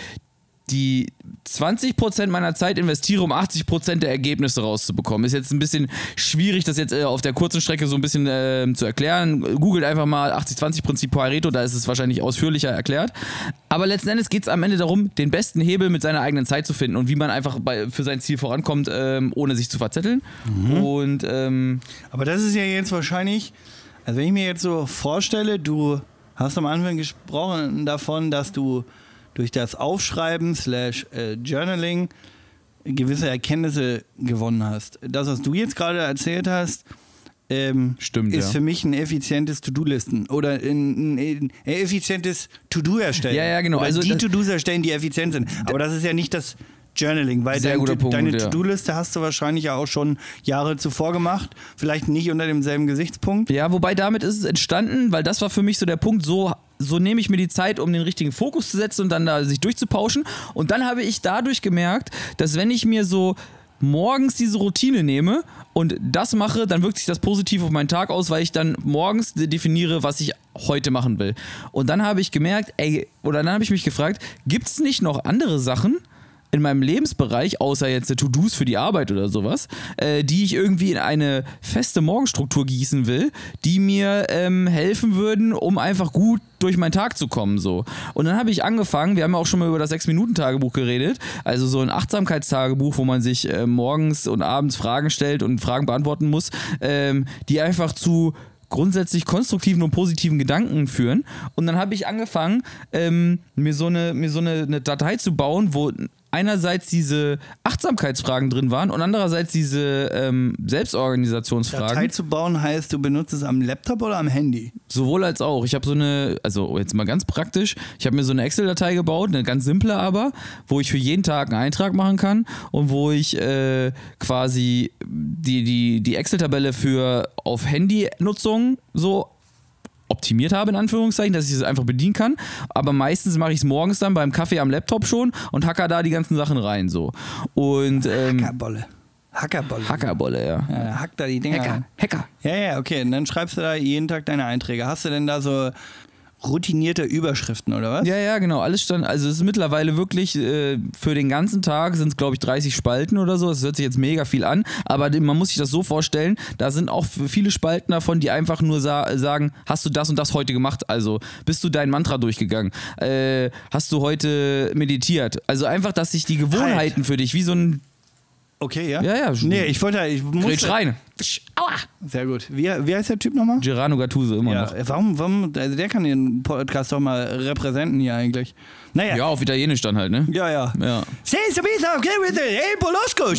die zwanzig Prozent meiner Zeit investiere, um achtzig Prozent der Ergebnisse rauszubekommen. Ist jetzt ein bisschen schwierig, das jetzt äh, auf der kurzen Strecke so ein bisschen äh, zu erklären. Googelt einfach mal achtzig zwanzig Prinzip Pareto, da ist es wahrscheinlich ausführlicher erklärt. Aber letzten Endes geht es am Ende darum, den besten Hebel mit seiner eigenen Zeit zu finden und wie man einfach bei, für sein Ziel vorankommt, ähm, ohne sich zu verzetteln. Mhm. Und ähm, Aber das ist ja jetzt wahrscheinlich, also wenn ich mir jetzt so vorstelle, du hast am Anfang gesprochen davon, dass du durch das Aufschreiben slash äh, Journaling gewisse Erkenntnisse gewonnen hast. Das, was du jetzt gerade erzählt hast, ähm, Stimmt, ist ja. für mich ein effizientes To-Do-Listen oder ein, ein, ein effizientes To-Do erstellen. Ja, ja, genau. Oder Also die das- To-Dos erstellen, die effizient sind. Aber das ist ja nicht das Journaling, weil Sehr dein, guter Punkt, deine ja. To-Do-Liste hast du wahrscheinlich ja auch schon Jahre zuvor gemacht. Vielleicht nicht unter demselben Gesichtspunkt. ja, wobei damit ist es entstanden, weil das war für mich so der Punkt, so, so nehme ich mir die Zeit, um den richtigen Fokus zu setzen und dann da sich durchzupauschen. Und dann habe ich dadurch gemerkt, dass wenn ich mir so morgens diese Routine nehme und das mache, dann wirkt sich das positiv auf meinen Tag aus, weil ich dann morgens definiere, was ich heute machen will. Und dann habe ich gemerkt, ey, oder dann habe ich mich gefragt, gibt es nicht noch andere Sachen in meinem Lebensbereich, außer jetzt To-Dos für die Arbeit oder sowas, äh, die ich irgendwie in eine feste Morgenstruktur gießen will, die mir ähm, helfen würden, um einfach gut durch meinen Tag zu kommen. So. Und dann habe ich angefangen, wir haben ja auch schon mal über das sechs-Minuten-Tagebuch geredet, also so ein Achtsamkeitstagebuch, wo man sich äh, morgens und abends Fragen stellt und Fragen beantworten muss, ähm, die einfach zu grundsätzlich konstruktiven und positiven Gedanken führen. Und dann habe ich angefangen, ähm, mir so eine, mir so eine, eine Datei zu bauen, wo einerseits diese Achtsamkeitsfragen drin waren und andererseits diese ähm, Selbstorganisationsfragen. Datei zu bauen heißt, du benutzt es am Laptop oder am Handy? Sowohl als auch. Ich habe so eine, also jetzt mal ganz praktisch, ich habe mir so eine Excel-Datei gebaut, eine ganz simple aber, wo ich für jeden Tag einen Eintrag machen kann und wo ich äh, quasi die, die, die Excel-Tabelle für auf Handy-Nutzung so optimiert habe, in Anführungszeichen, dass ich es einfach bedienen kann. Aber meistens mache ich es morgens dann beim Kaffee am Laptop schon und hacker da die ganzen Sachen rein. So. Und ähm, Hackerbolle. Hackerbolle. Hackerbolle, ja. Ja, hack da die Dinger Hacker, rein. Hacker. Ja, ja, okay. Und dann schreibst du da jeden Tag deine Einträge. Hast du denn da so routinierte Überschriften oder was? Ja, ja, genau. Alles stand, also es ist mittlerweile wirklich äh, für den ganzen Tag sind es, glaube ich, dreißig Spalten oder so. Das hört sich jetzt mega viel an, aber man muss sich das so vorstellen, da sind auch viele Spalten davon, die einfach nur sa- sagen, hast du das und das heute gemacht? Also bist du dein Mantra durchgegangen? Äh, hast du heute meditiert? Also einfach, dass sich die Gewohnheiten Halt. für dich wie so ein Okay, ja? Ja, ja. Nee, ich wollte, ich Gretsch musste... rein. Aua! Sehr gut. Wie, wie heißt der Typ nochmal? Gerano Gattuso immer Ja, noch. warum, warum, also der kann den Podcast doch mal repräsenten hier eigentlich. Naja. Ja, auf Italienisch dann halt, ne? Ja, ja. Ja. Sei so bitte, okay, bitte. Hey, Polosco,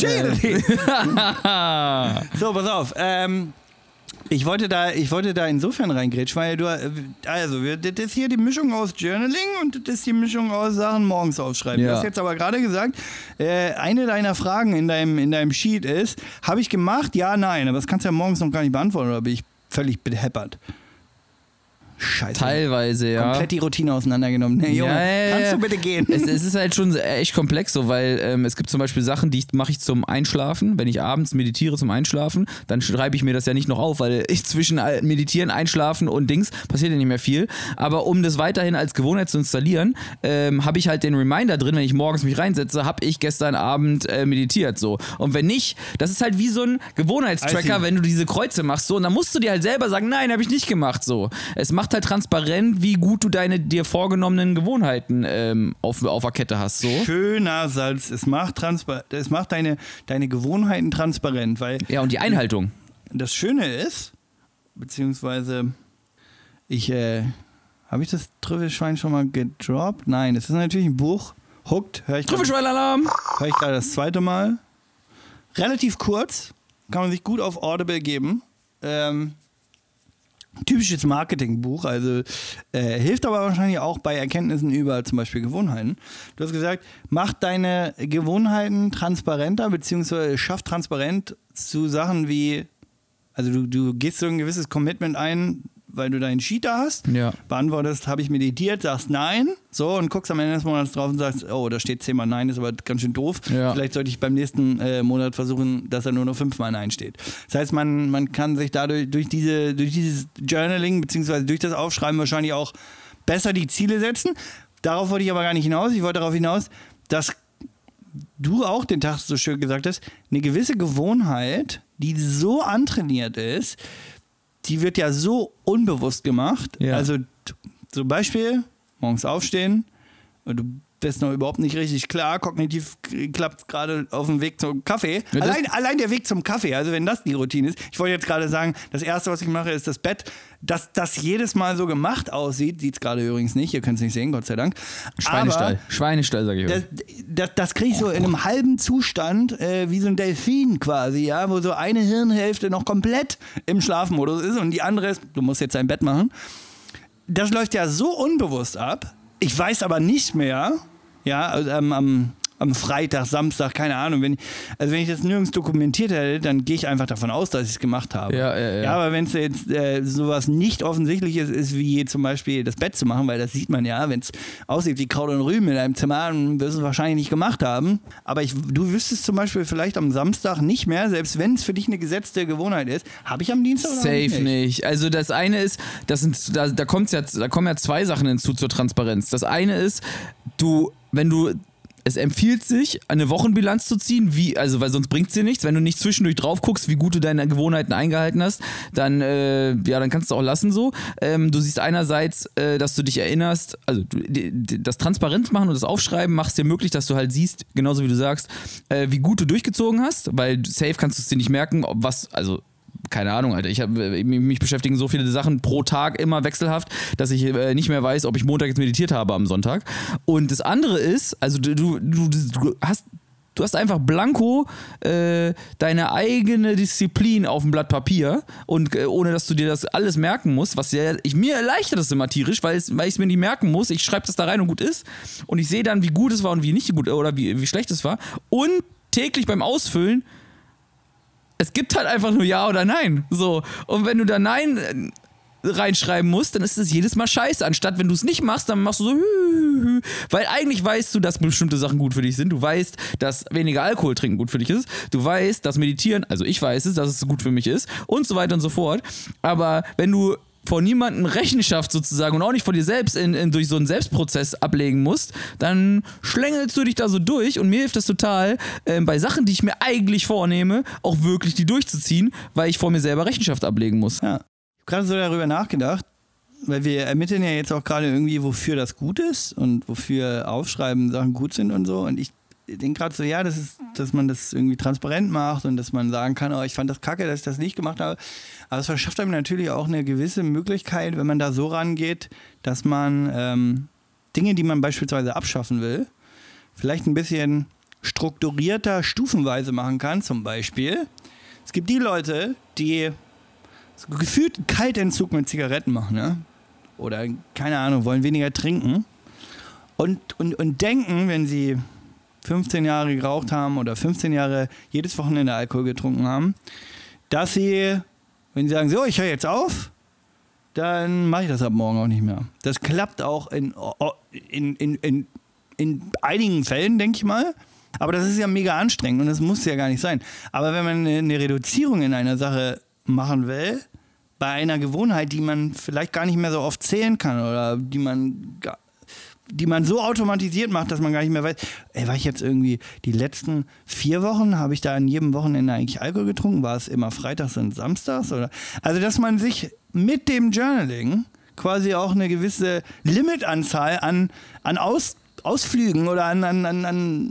So, pass auf. Ähm, ich wollte da, ich wollte da insofern reingrätschen, weil du, also, wir- das ist hier die Mischung aus Journaling und das ist die Mischung aus Sachen morgens aufschreiben. Ja. Du hast jetzt aber gerade gesagt, äh, eine deiner Fragen in deinem, in deinem Sheet ist, habe ich gemacht? Ja, nein. Aber das kannst du ja morgens noch gar nicht beantworten, oder bin ich völlig beheppert? Scheiße. Teilweise, ja. Komplett die Routine auseinandergenommen. Nee, Junge, Ja, ja, kannst ja. du bitte gehen? Es, es ist halt schon echt komplex so, weil ähm, es gibt zum Beispiel Sachen, die mache ich zum Einschlafen. Wenn ich abends meditiere zum Einschlafen, dann schreibe ich mir das ja nicht noch auf, weil ich zwischen Meditieren, Einschlafen und Dings passiert ja nicht mehr viel. Aber um das weiterhin als Gewohnheit zu installieren, ähm, habe ich halt den Reminder drin, wenn ich morgens mich reinsetze, habe ich gestern Abend äh, meditiert so. Und wenn nicht, das ist halt wie so ein Gewohnheitstracker, wenn du diese Kreuze machst so, und dann musst du dir halt selber sagen, nein, habe ich nicht gemacht so. Es macht halt transparent, wie gut du deine dir vorgenommenen Gewohnheiten ähm, auf, auf der Kette hast. So. Schöner Satz. Es macht, transpa- es macht deine, deine Gewohnheiten transparent. Weil Ja, und die Einhaltung. das Schöne ist, beziehungsweise ich, äh, habe ich das Trüffelschwein schon mal gedroppt? Nein, es ist natürlich ein Buch. Hooked, höre ich gerade Trüffelschwein-Alarm! hör ich gerade das zweite Mal. Relativ kurz, kann man sich gut auf Audible geben. Ähm, typisches Marketingbuch, also äh, hilft aber wahrscheinlich auch bei Erkenntnissen über zum Beispiel Gewohnheiten. Du hast gesagt, mach deine Gewohnheiten transparenter, beziehungsweise schaff transparent zu Sachen wie, also du, du gehst so ein gewisses Commitment ein, weil du deinen Cheater hast, Ja. beantwortest, habe ich meditiert, sagst nein, so, und guckst am Ende des Monats drauf und sagst, oh, da steht zehnmal nein, ist aber ganz schön doof. Ja. Vielleicht sollte ich beim nächsten äh, Monat versuchen, dass da nur noch fünfmal nein steht. Das heißt, man, man kann sich dadurch durch, diese, durch dieses Journaling beziehungsweise durch das Aufschreiben wahrscheinlich auch besser die Ziele setzen. Darauf wollte ich aber gar nicht hinaus. Ich wollte darauf hinaus, dass du auch den Tag so schön gesagt hast, eine gewisse Gewohnheit, die so antrainiert ist, die wird ja so unbewusst gemacht. Ja. Also t- zum Beispiel morgens aufstehen und du bist noch überhaupt nicht richtig klar, kognitiv klappt es gerade auf dem Weg zum Kaffee. Ja, das- allein, allein der Weg zum Kaffee, also wenn das die Routine ist. Ich wollte jetzt gerade sagen, das Erste, was ich mache, ist das Bett. Dass das jedes Mal so gemacht aussieht, sieht es gerade übrigens nicht, ihr könnt es nicht sehen, Gott sei Dank. Schweinestall. Aber Schweinestall, sag ich das, euch. das, das kriege ich so in einem halben Zustand, äh, wie so ein Delfin quasi, ja, wo so eine Hirnhälfte noch komplett im Schlafmodus ist und die andere ist, du musst jetzt dein Bett machen. Das läuft ja so unbewusst ab. Ich weiß aber nicht mehr, ja, also, ähm, am, am Freitag, Samstag, keine Ahnung, wenn, also wenn ich das nirgends dokumentiert hätte, dann gehe ich einfach davon aus, dass ich es gemacht habe. Ja, ja, ja. ja aber wenn es jetzt äh, sowas nicht Offensichtliches ist, wie zum Beispiel das Bett zu machen, weil das sieht man ja, wenn es aussieht wie Kraut und Rüben in einem Zimmer, dann wirst du es wahrscheinlich nicht gemacht haben. Aber ich, du wüsstest zum Beispiel vielleicht am Samstag nicht mehr, selbst wenn es für dich eine gesetzte Gewohnheit ist, habe ich am Dienstag oder Safe nicht? nicht. Also das eine ist, das sind, da, da, kommt's ja, da kommen ja zwei Sachen hinzu zur Transparenz. Das eine ist, du, wenn du, es empfiehlt sich, eine Wochenbilanz zu ziehen, wie, also weil sonst bringt es dir nichts. Wenn du nicht zwischendurch drauf guckst, wie gut du deine Gewohnheiten eingehalten hast, dann, äh, ja, dann kannst du auch lassen so. Ähm, du siehst einerseits, äh, dass du dich erinnerst, also du, die, die, das Transparenz machen und das Aufschreiben macht es dir möglich, dass du halt siehst, genauso wie du sagst, äh, wie gut du durchgezogen hast, weil safe kannst du es dir nicht merken, ob was, also keine Ahnung, Alter. Ich hab, mich beschäftigen so viele Sachen pro Tag immer wechselhaft, dass ich äh, nicht mehr weiß, ob ich Montag jetzt meditiert habe am Sonntag. Und das andere ist, also du, du, du, du hast Du hast einfach blanko äh, deine eigene Disziplin auf dem Blatt Papier und äh, ohne, dass du dir das alles merken musst, was ja, ich, mir erleichtert das immer tierisch, weil ich es mir nicht merken muss. Ich schreibe das da rein und gut ist und ich sehe dann, wie gut es war und wie nicht gut oder wie, wie schlecht es war. Und täglich beim Ausfüllen, es gibt halt einfach nur Ja oder Nein. So. Und wenn du da Nein äh, reinschreiben musst, dann ist es jedes Mal scheiße. Anstatt, wenn du es nicht machst, dann machst du so hü, hü, hü. Weil eigentlich weißt du, dass bestimmte Sachen gut für dich sind. Du weißt, dass weniger Alkohol trinken gut für dich ist. Du weißt, dass Meditieren, also ich weiß es, dass es gut für mich ist und so weiter und so fort. Aber wenn du vor niemandem Rechenschaft sozusagen und auch nicht vor dir selbst in, in, durch so einen Selbstprozess ablegen musst, dann schlängelst du dich da so durch und mir hilft das total, äh, bei Sachen, die ich mir eigentlich vornehme, auch wirklich die durchzuziehen, weil ich vor mir selber Rechenschaft ablegen muss. Ja. Ich habe gerade so darüber nachgedacht, weil wir ermitteln ja jetzt auch gerade irgendwie, wofür das gut ist und wofür Aufschreiben Sachen gut sind und so. Und ich denke gerade so, ja, das ist, dass man das irgendwie transparent macht und dass man sagen kann, oh, ich fand das kacke, dass ich das nicht gemacht habe. Aber es verschafft einem natürlich auch eine gewisse Möglichkeit, wenn man da so rangeht, dass man ähm, Dinge, die man beispielsweise abschaffen will, vielleicht ein bisschen strukturierter, stufenweise machen kann. Zum Beispiel, es gibt die Leute, die so gefühlt einen Kaltentzug mit Zigaretten machen, ne? Oder, keine Ahnung, wollen weniger trinken und, und, und denken, wenn sie fünfzehn Jahre geraucht haben oder fünfzehn Jahre jedes Wochenende Alkohol getrunken haben, dass sie, wenn sie sagen, so, ich höre jetzt auf, dann mache ich das ab morgen auch nicht mehr. Das klappt auch in, in, in, in, in einigen Fällen, denke ich mal. Aber das ist ja mega anstrengend und das muss ja gar nicht sein. Aber wenn man eine Reduzierung in einer Sache machen will, bei einer Gewohnheit, die man vielleicht gar nicht mehr so oft zählen kann oder die man, die man so automatisiert macht, dass man gar nicht mehr weiß, ey, war ich jetzt irgendwie die letzten vier Wochen, habe ich da an jedem Wochenende eigentlich Alkohol getrunken? War es immer freitags und samstags? Oder? Also, dass man sich mit dem Journaling quasi auch eine gewisse Limitanzahl an, an Aus Ausflügen oder an, an, an,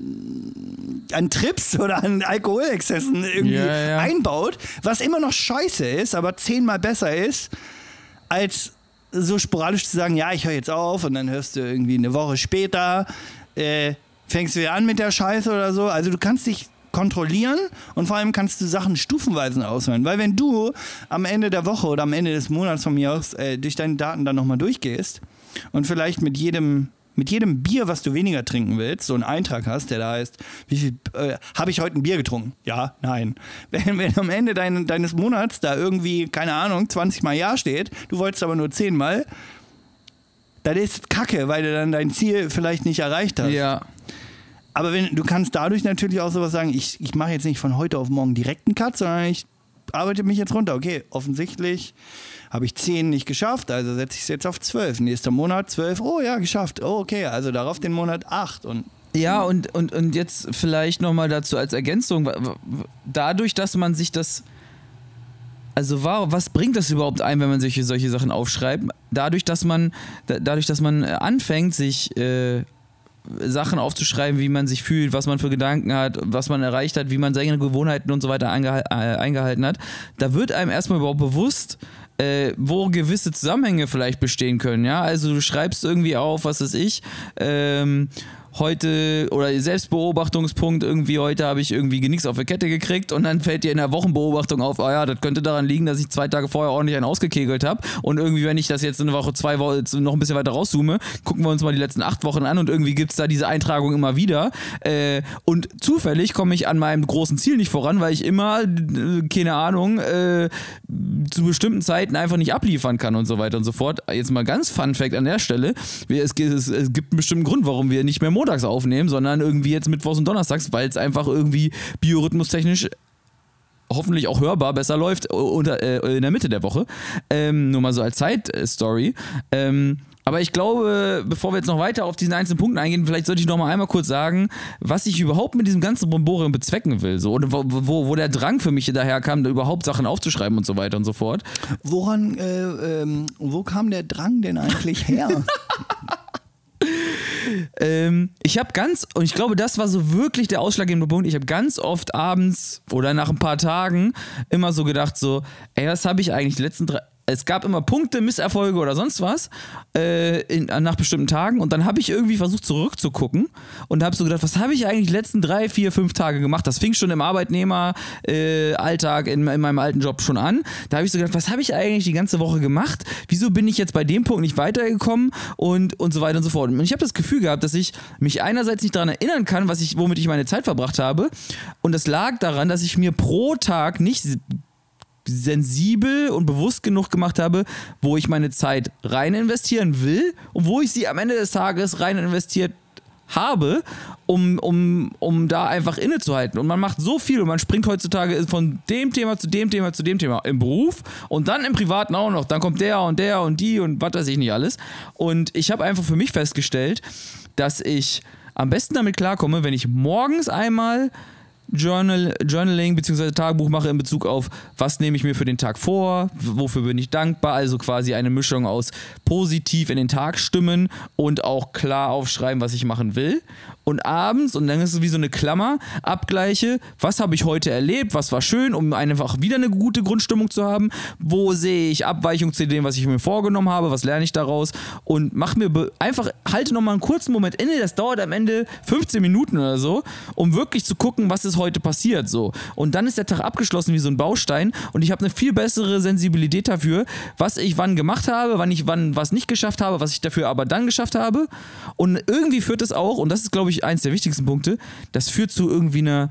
an, an Trips oder an Alkoholexzessen irgendwie ja, ja. einbaut, was immer noch scheiße ist, aber zehnmal besser ist, als so sporadisch zu sagen, ja, ich höre jetzt auf und dann hörst du irgendwie eine Woche später, äh, fängst du wieder an mit der Scheiße oder so. Also du kannst dich kontrollieren und vor allem kannst du Sachen stufenweise aushören, weil wenn du am Ende der Woche oder am Ende des Monats von mir aus äh, durch deine Daten dann nochmal durchgehst und vielleicht mit jedem mit jedem Bier, was du weniger trinken willst, so einen Eintrag hast, der da heißt, wie viel äh, habe ich heute ein Bier getrunken? Ja, nein. Wenn, wenn am Ende dein, deines Monats da irgendwie, keine Ahnung, zwanzig Mal Ja steht, du wolltest aber nur zehn Mal, das ist Kacke, weil du dann dein Ziel vielleicht nicht erreicht hast. Ja. Aber wenn, du kannst dadurch natürlich auch sowas sagen, ich, ich mache jetzt nicht von heute auf morgen direkt einen Cut, sondern ich arbeite mich jetzt runter. Okay, offensichtlich habe ich zehn nicht geschafft, also setze ich es jetzt auf zwölf. Nächster Monat zwölf, oh ja, geschafft. Oh, okay, also darauf den Monat acht. Und ja, und, und, und jetzt vielleicht nochmal dazu als Ergänzung, dadurch, dass man sich das, also was bringt das überhaupt ein, wenn man sich solche Sachen aufschreibt? Dadurch, dass man, dadurch, dass man anfängt, sich äh, Sachen aufzuschreiben, wie man sich fühlt, was man für Gedanken hat, was man erreicht hat, wie man seine Gewohnheiten und so weiter eingehal- äh, eingehalten hat, da wird einem erstmal überhaupt bewusst, Äh, wo gewisse Zusammenhänge vielleicht bestehen können, ja, also du schreibst irgendwie auf, was weiß ich, ähm, heute, oder Selbstbeobachtungspunkt, irgendwie heute habe ich irgendwie nichts auf der Kette gekriegt und dann fällt dir in der Wochenbeobachtung auf, ah ja, das könnte daran liegen, dass ich zwei Tage vorher ordentlich einen ausgekegelt habe und irgendwie, wenn ich das jetzt eine Woche, zwei Wochen noch ein bisschen weiter rauszoome, gucken wir uns mal die letzten acht Wochen an und irgendwie gibt es da diese Eintragung immer wieder äh, und zufällig komme ich an meinem großen Ziel nicht voran, weil ich immer, äh, keine Ahnung, äh, zu bestimmten Zeiten einfach nicht abliefern kann und so weiter und so fort. Jetzt mal ganz Fun Fact an der Stelle, es, es, es gibt einen bestimmten Grund, warum wir nicht mehr montags aufnehmen, sondern irgendwie jetzt mittwochs und donnerstags, weil es einfach irgendwie biorhythmustechnisch hoffentlich auch hörbar besser läuft unter, äh, in der Mitte der Woche. Ähm, nur mal so als Side-Story. Ähm, aber ich glaube, bevor wir jetzt noch weiter auf diesen einzelnen Punkten eingehen, vielleicht sollte ich noch mal einmal kurz sagen, was ich überhaupt mit diesem ganzen Bromborium bezwecken will. So, oder wo, wo, wo der Drang für mich daher kam, da überhaupt Sachen aufzuschreiben und so weiter und so fort. Woran, äh, ähm, wo kam der Drang denn eigentlich her? Ähm, ich habe ganz, und ich glaube, das war so wirklich der ausschlaggebende Punkt, ich habe ganz oft abends oder nach ein paar Tagen immer so gedacht, so, ey, was habe ich eigentlich die letzten drei, es gab immer Punkte, Misserfolge oder sonst was äh, in, nach bestimmten Tagen und dann habe ich irgendwie versucht zurückzugucken und habe so gedacht, was habe ich eigentlich die letzten drei, vier, fünf Tage gemacht? Das fing schon im Arbeitnehmer-Alltag äh, in, in meinem alten Job schon an. Da habe ich so gedacht, was habe ich eigentlich die ganze Woche gemacht? Wieso bin ich jetzt bei dem Punkt nicht weitergekommen und, und so weiter und so fort. Und ich habe das Gefühl gehabt, dass ich mich einerseits nicht daran erinnern kann, was ich, womit ich meine Zeit verbracht habe und das lag daran, dass ich mir pro Tag nicht sensibel und bewusst genug gemacht habe, wo ich meine Zeit rein investieren will und wo ich sie am Ende des Tages rein investiert habe, um, um, um da einfach innezuhalten. Und man macht so viel und man springt heutzutage von dem Thema zu dem Thema zu dem Thema im Beruf und dann im Privaten auch noch. Dann kommt der und der und die und was weiß ich nicht alles. Und ich habe einfach für mich festgestellt, dass ich am besten damit klarkomme, wenn ich morgens einmal Journal, Journaling bzw. Tagebuch mache in Bezug auf, was nehme ich mir für den Tag vor, wofür bin ich dankbar, also quasi eine Mischung aus positiv in den Tag stimmen und auch klar aufschreiben, was ich machen will. Und abends, und dann ist es wie so eine Klammer, Abgleiche, was habe ich heute erlebt, was war schön, um einfach wieder eine gute Grundstimmung zu haben, wo sehe ich Abweichung zu dem, was ich mir vorgenommen habe, was lerne ich daraus und mach mir be- einfach, halte nochmal einen kurzen Moment inne, das dauert am Ende fünfzehn Minuten oder so, um wirklich zu gucken, was ist heute passiert, so. Und dann ist der Tag abgeschlossen wie so ein Baustein und ich habe eine viel bessere Sensibilität dafür, was ich wann gemacht habe, wann ich wann was nicht geschafft habe, was ich dafür aber dann geschafft habe und irgendwie führt es auch, und das ist, glaube ich, eins der wichtigsten Punkte, das führt zu irgendwie einer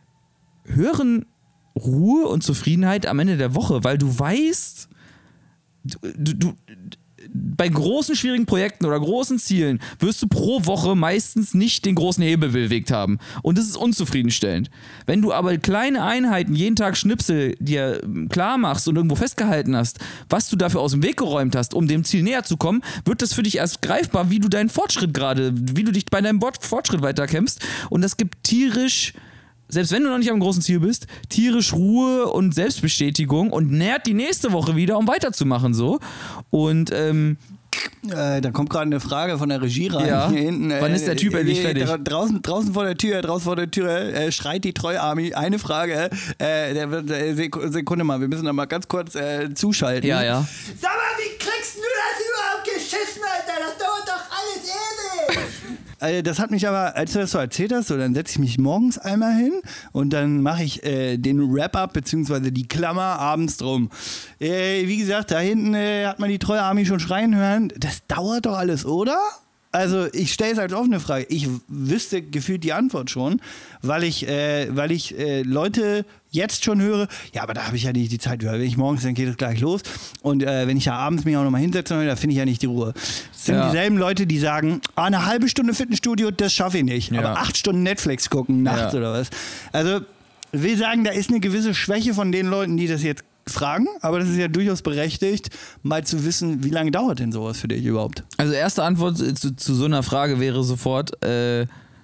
höheren Ruhe und Zufriedenheit am Ende der Woche, weil du weißt, du, du bei großen, schwierigen Projekten oder großen Zielen wirst du pro Woche meistens nicht den großen Hebel bewegt haben. Und das ist unzufriedenstellend. Wenn du aber kleine Einheiten, jeden Tag Schnipsel dir klar machst und irgendwo festgehalten hast, was du dafür aus dem Weg geräumt hast, um dem Ziel näher zu kommen, wird das für dich erst greifbar, wie du deinen Fortschritt gerade, wie du dich bei deinem Fortschritt weiterkämpfst. Und das gibt tierisch, selbst wenn du noch nicht am großen Ziel bist, tierisch Ruhe und Selbstbestätigung und nährt die nächste Woche wieder, um weiterzumachen so. Und ähm, äh, da kommt gerade eine Frage von der Regie rein. Ja. Hier hinten, äh, Wann ist der Typ äh, endlich äh, fertig? dra- Draußen, draußen vor der Tür, draußen vor der Tür äh, schreit die Treu-Army. Eine Frage. Äh, der wird, äh, Sek- Sekunde mal, wir müssen da mal ganz kurz äh, zuschalten. ja, ja. Sag mal, wie kriegst du das überhaupt geschissen, Alter? Das dauert doch alles ewig. Also das hat mich aber, als du das so erzählt hast, so, dann setze ich mich morgens einmal hin und dann mache ich äh, den Wrap-Up beziehungsweise die Klammer abends drum. Äh, wie gesagt, da hinten äh, hat man die treue Army schon schreien hören. Das dauert doch alles, oder? Also ich stelle es als offene Frage. Ich wüsste gefühlt die Antwort schon, weil ich, äh, weil ich äh, Leute jetzt schon höre, ja, aber da habe ich ja nicht die Zeit. Wenn ich morgens, dann geht es gleich los. Und äh, wenn ich ja abends mich auch nochmal hinsetze, da finde ich ja nicht die Ruhe. Das sind Ja. dieselben Leute, die sagen, ah, eine halbe Stunde Fitnessstudio, das schaffe ich nicht. Ja. Aber acht Stunden Netflix gucken nachts Ja. oder was. Also ich will sagen, da ist eine gewisse Schwäche von den Leuten, die das jetzt fragen, aber das ist ja durchaus berechtigt, mal zu wissen, wie lange dauert denn sowas für dich überhaupt? Also erste Antwort zu, zu so einer Frage wäre sofort, äh,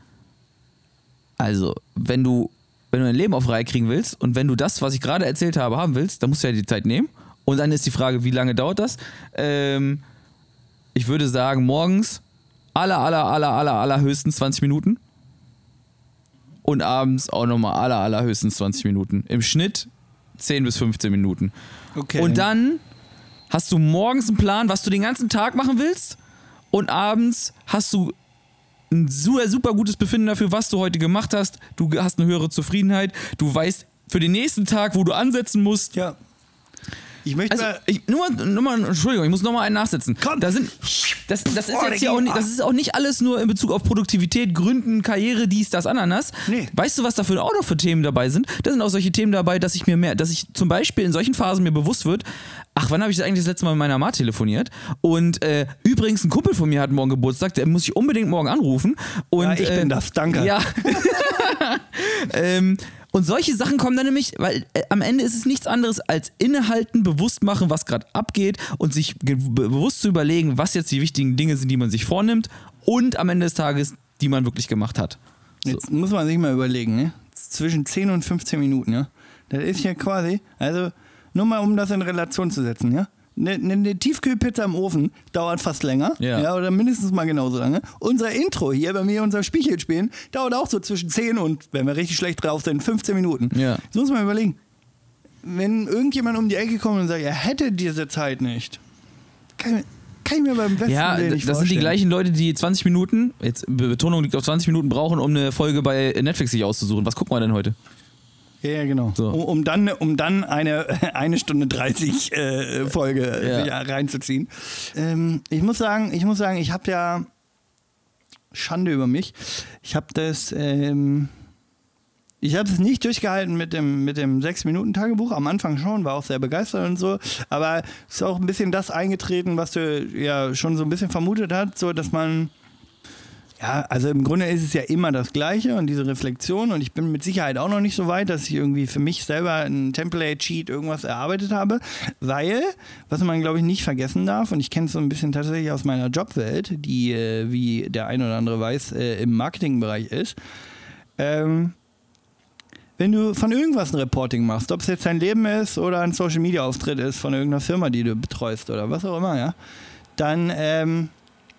also wenn du, wenn du dein Leben auf Reihe kriegen willst und wenn du das, was ich gerade erzählt habe, haben willst, dann musst du ja die Zeit nehmen. Und dann ist die Frage, wie lange dauert das? Ähm, ich würde sagen, morgens aller, aller, aller, aller, aller höchstens zwanzig Minuten und abends auch nochmal aller, aller höchstens zwanzig Minuten. Im Schnitt zehn bis fünfzehn Minuten. Okay. Und dann hast du morgens einen Plan, was du den ganzen Tag machen willst und abends hast du ein super, super gutes Befinden dafür, was du heute gemacht hast. Du hast eine höhere Zufriedenheit. Du weißt für den nächsten Tag, wo du ansetzen musst. Ja. Ich möchte Also, mal... ich, nur, mal, nur mal, Entschuldigung, ich muss noch mal einen nachsetzen. Komm. Da sind, das, das, ist Oh, jetzt hier der auch geht- nicht, das ist auch nicht alles nur in Bezug auf Produktivität, Gründen, Karriere, dies, das, Ananas. Nee. Weißt du, was da für auch noch für Themen dabei sind? Da sind auch solche Themen dabei, dass ich mir mehr, dass ich zum Beispiel in solchen Phasen mir bewusst wird, ach, wann habe ich das eigentlich das letzte Mal mit meiner Mama telefoniert? Und äh, übrigens, ein Kumpel von mir hat morgen Geburtstag, der muss ich unbedingt morgen anrufen. Und, Ja, ich äh, bin das, danke. Ja. ähm, und solche Sachen kommen dann nämlich, weil äh, am Ende ist es nichts anderes als innehalten, bewusst machen, was gerade abgeht und sich ge- be- bewusst zu überlegen, was jetzt die wichtigen Dinge sind, die man sich vornimmt und am Ende des Tages, die man wirklich gemacht hat. So. Jetzt muss man sich mal überlegen, ne? Zwischen zehn und fünfzehn Minuten, ja? Das ist ja quasi, also nur mal um das in Relation zu setzen, ja? Eine, eine Tiefkühlpizza im Ofen dauert fast länger, Ja. ja, oder mindestens mal genauso lange. Unser Intro hier, bei mir unser Spielchen spielen, dauert auch so zwischen zehn und, wenn wir richtig schlecht drauf sind, fünfzehn Minuten. Ja. Das muss man überlegen. Wenn irgendjemand um die Ecke kommt und sagt, er hätte diese Zeit nicht, kann, kann ich mir beim besten Ja, Willen das nicht sind die vorstellen. gleichen Leute, die zwanzig Minuten, jetzt Betonung liegt auf zwanzig Minuten, brauchen, um eine Folge bei Netflix sich auszusuchen. Was gucken wir denn heute? Ja, ja, genau. So. Um, um dann, um dann eine, eine Stunde dreißig äh, Folge Ja. sich reinzuziehen. Ähm, ich muss sagen, ich muss sagen, ich habe ja Schande über mich. Ich habe das, ähm, ich habe es nicht durchgehalten mit dem, mit dem sechs-Minuten-Tagebuch. Am Anfang schon, war auch sehr begeistert und so. Aber es ist auch ein bisschen das eingetreten, was du ja schon so ein bisschen vermutet hast, so dass man ja, also im Grunde ist es ja immer das Gleiche und diese Reflexion und ich bin mit Sicherheit auch noch nicht so weit, dass ich irgendwie für mich selber ein Template-Sheet irgendwas erarbeitet habe, weil, was man glaube ich nicht vergessen darf und ich kenne es so ein bisschen tatsächlich aus meiner Jobwelt, die, äh, wie der ein oder andere weiß, äh, im Marketingbereich ist, ähm, wenn du von irgendwas ein Reporting machst, ob es jetzt dein Leben ist oder ein Social-Media-Auftritt ist von irgendeiner Firma, die du betreust oder was auch immer, ja, dann, ähm,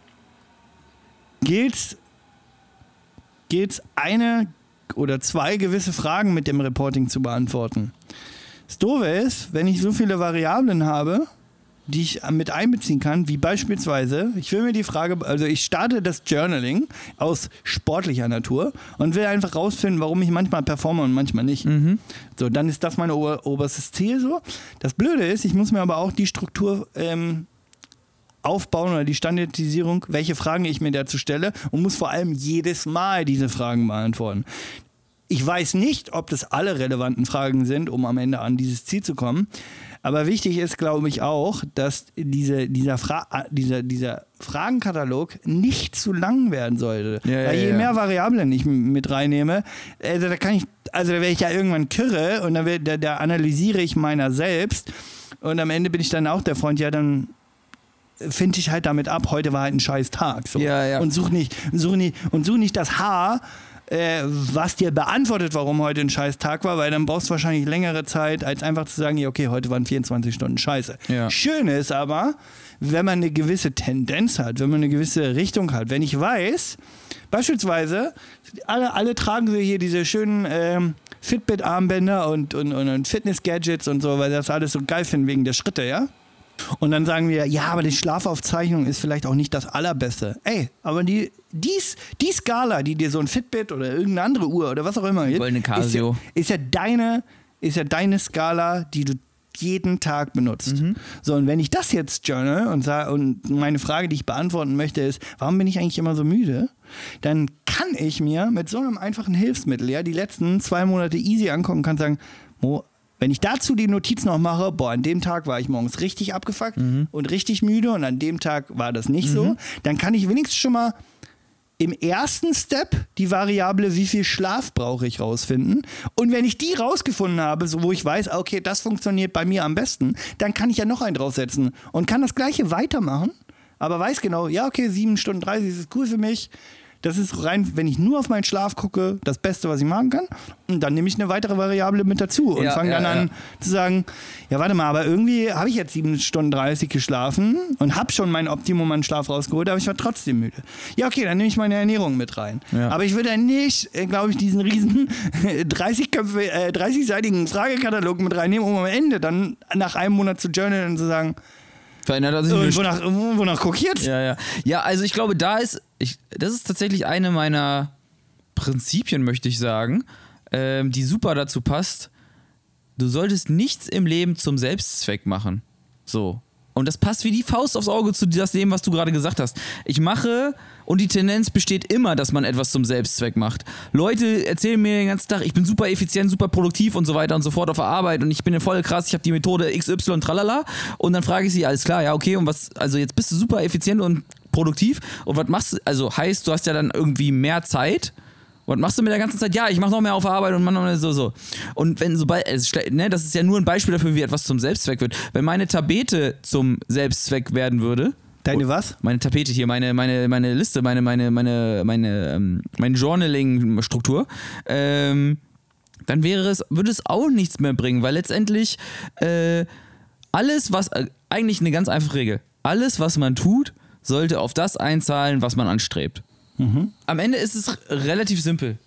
Gilt's gilt's eine oder zwei gewisse Fragen mit dem Reporting zu beantworten. Das Doofe ist, wenn ich so viele Variablen habe, die ich mit einbeziehen kann, wie beispielsweise, ich will mir die Frage, also ich starte das Journaling aus sportlicher Natur und will einfach rausfinden, warum ich manchmal performe und manchmal nicht. Mhm. So, dann ist das mein ober, oberstes Ziel so. Das Blöde ist, ich muss mir aber auch die Struktur ähm, aufbauen oder die Standardisierung, welche Fragen ich mir dazu stelle und muss vor allem jedes Mal diese Fragen beantworten. Ich weiß nicht, ob das alle relevanten Fragen sind, um am Ende an dieses Ziel zu kommen. Aber wichtig ist, glaube ich, auch, dass diese, dieser, Fra- dieser, dieser Fragenkatalog nicht zu lang werden sollte. Ja, ja, Weil je ja. mehr Variablen ich mit reinnehme, also da kann ich, also da werde ich ja irgendwann kirre und dann werd, da, da analysiere ich meiner selbst und am Ende bin ich dann auch der Freund, ja, dann finde ich halt damit ab, heute war halt ein scheiß Tag. So. Ja, ja. Und such nicht, such nicht, und such nicht das Haar, äh, was dir beantwortet, warum heute ein scheiß Tag war, weil dann brauchst du wahrscheinlich längere Zeit, als einfach zu sagen, ja, okay, heute waren vierundzwanzig Stunden scheiße. Ja. Schön ist aber, wenn man eine gewisse Tendenz hat, wenn man eine gewisse Richtung hat. Wenn ich weiß, beispielsweise, alle, alle tragen sie hier diese schönen ähm, Fitbit-Armbänder und, und, und, und Fitness-Gadgets und so, weil sie das alles so geil finden wegen der Schritte, ja? Und dann sagen wir, ja, aber die Schlafaufzeichnung ist vielleicht auch nicht das Allerbeste. Ey, aber die, dies, die Skala, die dir so ein Fitbit oder irgendeine andere Uhr oder was auch immer gibt, Goldene Casio. ist ja, ist ja deine, ist ja deine Skala, die du jeden Tag benutzt. Mhm. So, und wenn ich das jetzt journal und, sag, und meine Frage, die ich beantworten möchte, ist, warum bin ich eigentlich immer so müde? Dann kann ich mir mit so einem einfachen Hilfsmittel, ja, die letzten zwei Monate easy angucken und kann sagen, Mo, wenn ich dazu die Notiz noch mache, boah, an dem Tag war ich morgens richtig abgefuckt mhm. und richtig müde und an dem Tag war das nicht mhm. so, dann kann ich wenigstens schon mal im ersten Step die Variable, wie viel Schlaf brauche ich, rausfinden. Und wenn ich die rausgefunden habe, so wo ich weiß, okay, das funktioniert bei mir am besten, dann kann ich ja noch einen draufsetzen und kann das Gleiche weitermachen, aber weiß genau, ja, okay, sieben Stunden dreißig ist cool für mich. Das ist rein, wenn ich nur auf meinen Schlaf gucke, das Beste, was ich machen kann. Und dann nehme ich eine weitere Variable mit dazu und ja, fange ja, dann an ja. zu sagen, ja warte mal, aber irgendwie habe ich jetzt sieben Stunden dreißig geschlafen und habe schon mein Optimum an Schlaf rausgeholt, aber ich war trotzdem müde. Ja okay, dann nehme ich meine Ernährung mit rein. Ja. Aber ich würde dann nicht, glaube ich, diesen riesen dreißig Köpfe, äh, dreißig-seitigen Fragekatalog mit reinnehmen, um am Ende dann nach einem Monat zu journalen und zu sagen, verändert er sich und nicht. wonach, wonach guck ich jetzt? Ja, ja. Ja, also ich glaube, da ist, ich, das ist tatsächlich eine meiner Prinzipien, möchte ich sagen, ähm, die super dazu passt. Du solltest nichts im Leben zum Selbstzweck machen. So. Und das passt wie die Faust aufs Auge zu dem, was du gerade gesagt hast. Ich mache, und die Tendenz besteht immer, dass man etwas zum Selbstzweck macht. Leute erzählen mir den ganzen Tag, ich bin super effizient, super produktiv und so weiter und so fort auf der Arbeit und ich bin ja voll krass, ich habe die Methode X Y tralala und dann frage ich sie, alles klar, ja okay, und was, also jetzt bist du super effizient und produktiv und was machst du, also heißt, du hast ja dann irgendwie mehr Zeit. Was machst du mit der ganzen Zeit? Ja, ich mache noch mehr auf der Arbeit und man noch so, so. Und wenn sobald, ne, das ist ja nur ein Beispiel dafür, wie etwas zum Selbstzweck wird. Wenn meine Tapete zum Selbstzweck werden würde. Deine was? Meine Tapete hier, meine, meine, meine Liste, meine, meine, meine, meine, ähm, meine Journaling-Struktur, ähm, dann wäre es, würde es auch nichts mehr bringen, weil letztendlich äh, alles, was, äh, eigentlich eine ganz einfache Regel, alles, was man tut, sollte auf das einzahlen, was man anstrebt. Mhm. Am Ende ist es relativ simpel.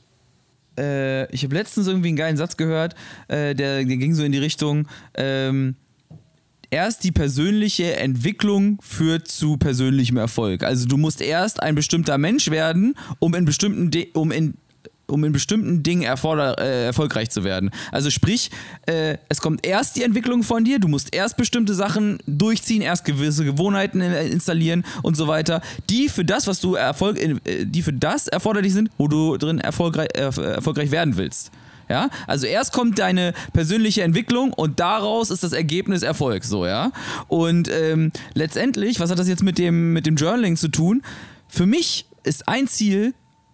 Äh, ich habe letztens irgendwie einen geilen Satz gehört, äh, der, der ging so in die Richtung, ähm, erst die persönliche Entwicklung führt zu persönlichem Erfolg. Also du musst erst ein bestimmter Mensch werden, um in bestimmten, De- um in um in bestimmten Dingen erforder- äh, erfolgreich zu werden. Also sprich, äh, es kommt erst die Entwicklung von dir, du musst erst bestimmte Sachen durchziehen, erst gewisse Gewohnheiten installieren und so weiter, die für das, was du Erfolg, äh, die für das erforderlich sind, wo du drin erfolgreich, äh, erfolgreich werden willst. Ja? Also erst kommt deine persönliche Entwicklung und daraus ist das Ergebnis Erfolg. So, ja? Und ähm, letztendlich, was hat das jetzt mit dem, mit dem Journaling zu tun? Für mich ist ein Ziel,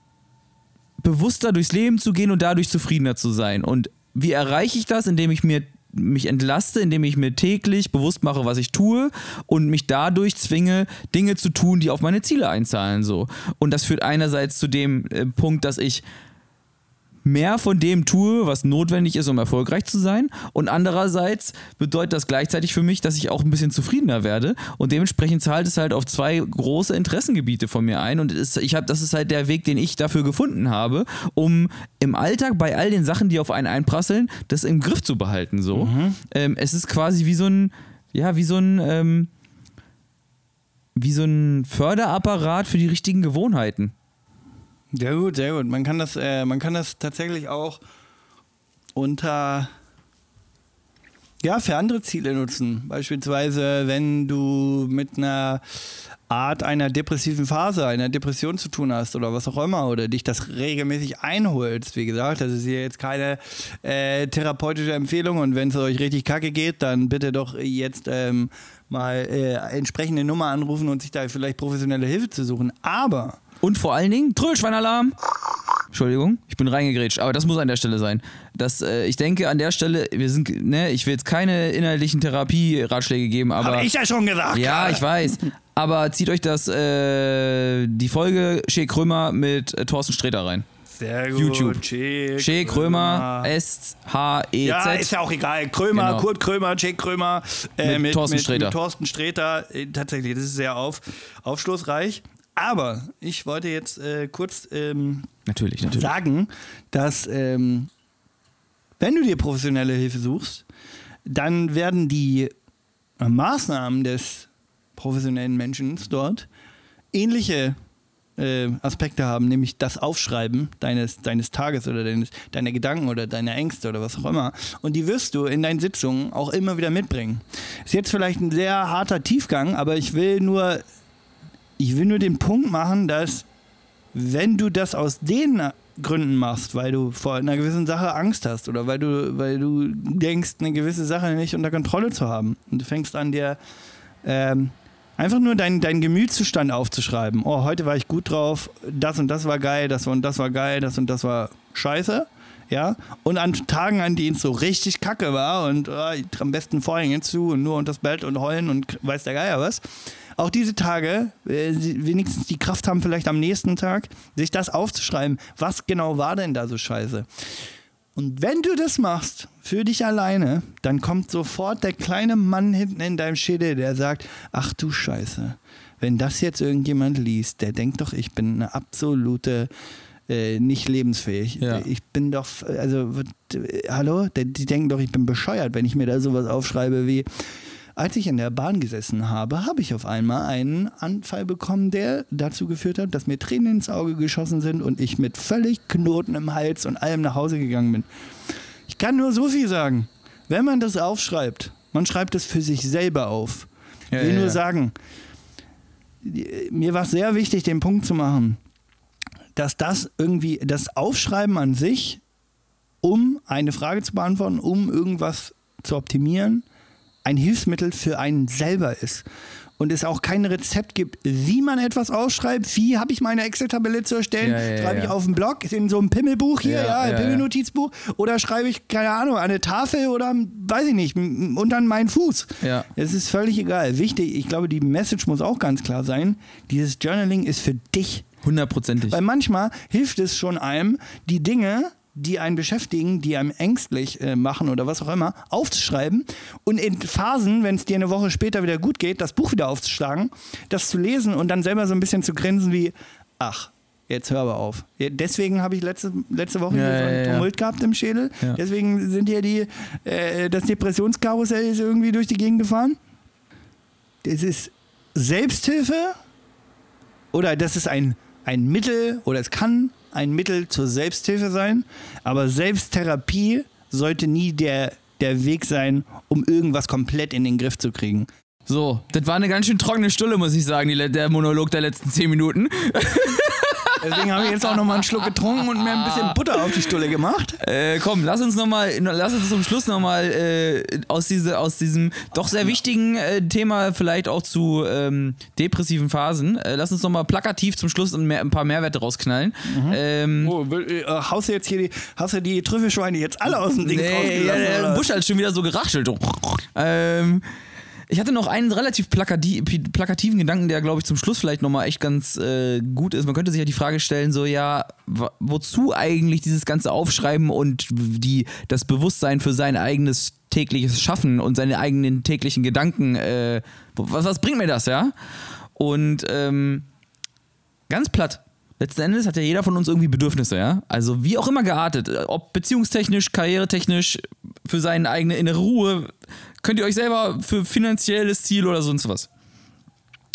bewusster durchs Leben zu gehen und dadurch zufriedener zu sein. Und wie erreiche ich das? Indem ich mir mich entlaste, indem ich mir täglich bewusst mache, was ich tue und mich dadurch zwinge, Dinge zu tun, die auf meine Ziele einzahlen. So. Und das führt einerseits zu dem äh, Punkt, dass ich mehr von dem tue, was notwendig ist, um erfolgreich zu sein. Und andererseits bedeutet das gleichzeitig für mich, dass ich auch ein bisschen zufriedener werde. Und dementsprechend zahlt es halt auf zwei große Interessengebiete von mir ein. Und es, ich hab, das ist halt der Weg, den ich dafür gefunden habe, um im Alltag bei all den Sachen, die auf einen einprasseln, das im Griff zu behalten. So. Mhm. Ähm, es ist quasi wie so ein, ja, wie so ein, ähm, wie so ein Förderapparat für die richtigen Gewohnheiten. Sehr gut, sehr gut. Man kann das, äh, man kann das tatsächlich auch unter ja, für andere Ziele nutzen. Beispielsweise, wenn du mit einer Art einer depressiven Phase, einer Depression zu tun hast oder was auch immer oder dich das regelmäßig einholst. Wie gesagt, das ist hier jetzt keine äh, therapeutische Empfehlung und wenn es euch richtig kacke geht, dann bitte doch jetzt ähm, mal äh, entsprechende Nummer anrufen und sich da vielleicht professionelle Hilfe zu suchen. Aber Und vor allen Dingen, Trödelschweinalarm. Entschuldigung, ich bin reingegrätscht, aber das muss an der Stelle sein. Das, äh, ich denke an der Stelle, wir sind, ne, ich will jetzt keine inhaltlichen Therapie-Ratschläge geben, aber... Hab ich ja schon gesagt. Ja, gerade. ich weiß. Aber zieht euch das, äh, die Folge Shea Krömer mit äh, Thorsten Sträter rein. Sehr gut. YouTube. Shea Shea Krömer, S H E Z. Ja, ist ja auch egal. Krömer, Genau. Kurt Krömer, Shea Krömer äh, Mit mit, Thorsten mit, Sträter. mit Thorsten Sträter. Äh, tatsächlich, das ist sehr auf, aufschlussreich. Aber ich wollte jetzt äh, kurz ähm, Natürlich, natürlich. sagen, dass ähm, wenn du dir professionelle Hilfe suchst, dann werden die äh, Maßnahmen des professionellen Menschen dort ähnliche äh, Aspekte haben, nämlich das Aufschreiben deines, deines Tages oder deines, deiner Gedanken oder deiner Ängste oder was auch immer. Und die wirst du in deinen Sitzungen auch immer wieder mitbringen. Ist jetzt vielleicht ein sehr harter Tiefgang, aber ich will nur, ich will nur den Punkt machen, dass wenn du das aus den Gründen machst, weil du vor einer gewissen Sache Angst hast oder weil du, weil du denkst, eine gewisse Sache nicht unter Kontrolle zu haben und du fängst an, dir ähm, einfach nur deinen dein Gemütszustand aufzuschreiben. Oh, heute war ich gut drauf, das und das war geil, das und das war geil, das und das war scheiße. Ja? Und an Tagen, an denen es so richtig kacke war und oh, am besten Vorhänge zu und nur unter das Bett und heulen und weiß der Geier was. Auch diese Tage, äh, wenigstens die Kraft haben, vielleicht am nächsten Tag, sich das aufzuschreiben. Was genau war denn da so scheiße? Und wenn du das machst, für dich alleine, dann kommt sofort der kleine Mann hinten in deinem Schädel, der sagt, ach du Scheiße, wenn das jetzt irgendjemand liest, der denkt doch, ich bin eine absolute, äh, nicht lebensfähig. Ja. Ich bin doch, also, äh, hallo? Die, die denken doch, ich bin bescheuert, wenn ich mir da sowas aufschreibe wie, als ich in der Bahn gesessen habe, habe ich auf einmal einen Anfall bekommen, der dazu geführt hat, dass mir Tränen ins Auge geschossen sind und ich mit völlig Knoten im Hals und allem nach Hause gegangen bin. Ich kann nur so viel sagen. Wenn man das aufschreibt, man schreibt es für sich selber auf. Ich Ja, will ja, nur ja. sagen, mir war es sehr wichtig, den Punkt zu machen, dass das irgendwie, das Aufschreiben an sich, um eine Frage zu beantworten, um irgendwas zu optimieren, ein Hilfsmittel für einen selber ist. Und es auch kein Rezept gibt, wie man etwas ausschreibt. Wie habe ich meine Excel-Tabelle zu erstellen? Ja, ja, schreibe ich ja. auf dem Blog, in so einem Pimmelbuch hier, Ja, ja, ein ja, Pimmelnotizbuch? Oder schreibe ich, keine Ahnung, an eine Tafel oder, weiß ich nicht, m- unter meinen Fuß? Ja. Es ist völlig egal. Wichtig, ich glaube, die Message muss auch ganz klar sein. Dieses Journaling ist für dich. Hundertprozentig. Weil manchmal hilft es schon einem, die Dinge, die einen beschäftigen, die einem ängstlich äh, machen oder was auch immer, aufzuschreiben und in Phasen, wenn es dir eine Woche später wieder gut geht, das Buch wieder aufzuschlagen, das zu lesen und dann selber so ein bisschen zu grinsen wie, ach, jetzt hör aber auf. Ja, deswegen habe ich letzte, letzte Woche Ja, hier so einen ja, ja. Tumult gehabt im Schädel. Ja. Deswegen sind hier die, äh, das Depressionskarussell ist irgendwie durch die Gegend gefahren. Das ist Selbsthilfe oder das ist ein, ein Mittel oder es kann ein Mittel zur Selbsthilfe sein, aber Selbsttherapie sollte nie der, der Weg sein, um irgendwas komplett in den Griff zu kriegen. So, das war eine ganz schön trockene Stulle, muss ich sagen, die, le- der Monolog der letzten zehn Minuten. Deswegen habe ich jetzt auch noch mal einen Schluck getrunken und mir ein bisschen Butter auf die Stulle gemacht. Äh, komm, lass uns noch mal, lass uns zum Schluss nochmal äh, aus, diese, aus diesem doch sehr wichtigen äh, Thema vielleicht auch zu ähm, depressiven Phasen, äh, lass uns nochmal plakativ zum Schluss ein, mehr, ein paar Mehrwerte rausknallen. Mhm. Ähm, Oh, äh, haust du jetzt hier die, hast du die Trüffelschweine jetzt alle aus dem Ding nee, ja, rausgelassen? der oder? Busch hat schon wieder so geraschelt. ähm, ich hatte noch einen relativ plakati plakativen Gedanken, der, glaube ich, zum Schluss vielleicht nochmal echt ganz äh, gut ist. Man könnte sich ja die Frage stellen, so, ja, wozu eigentlich dieses ganze Aufschreiben und die, das Bewusstsein für sein eigenes tägliches Schaffen und seine eigenen täglichen Gedanken, äh, was, was bringt mir das, ja? Und ähm, ganz platt. Letzten Endes hat ja jeder von uns irgendwie Bedürfnisse, ja? Also wie auch immer geartet, ob beziehungstechnisch, karrieretechnisch, für seine eigene innere Ruhe, könnt ihr euch selber für finanzielles Ziel oder sonst was.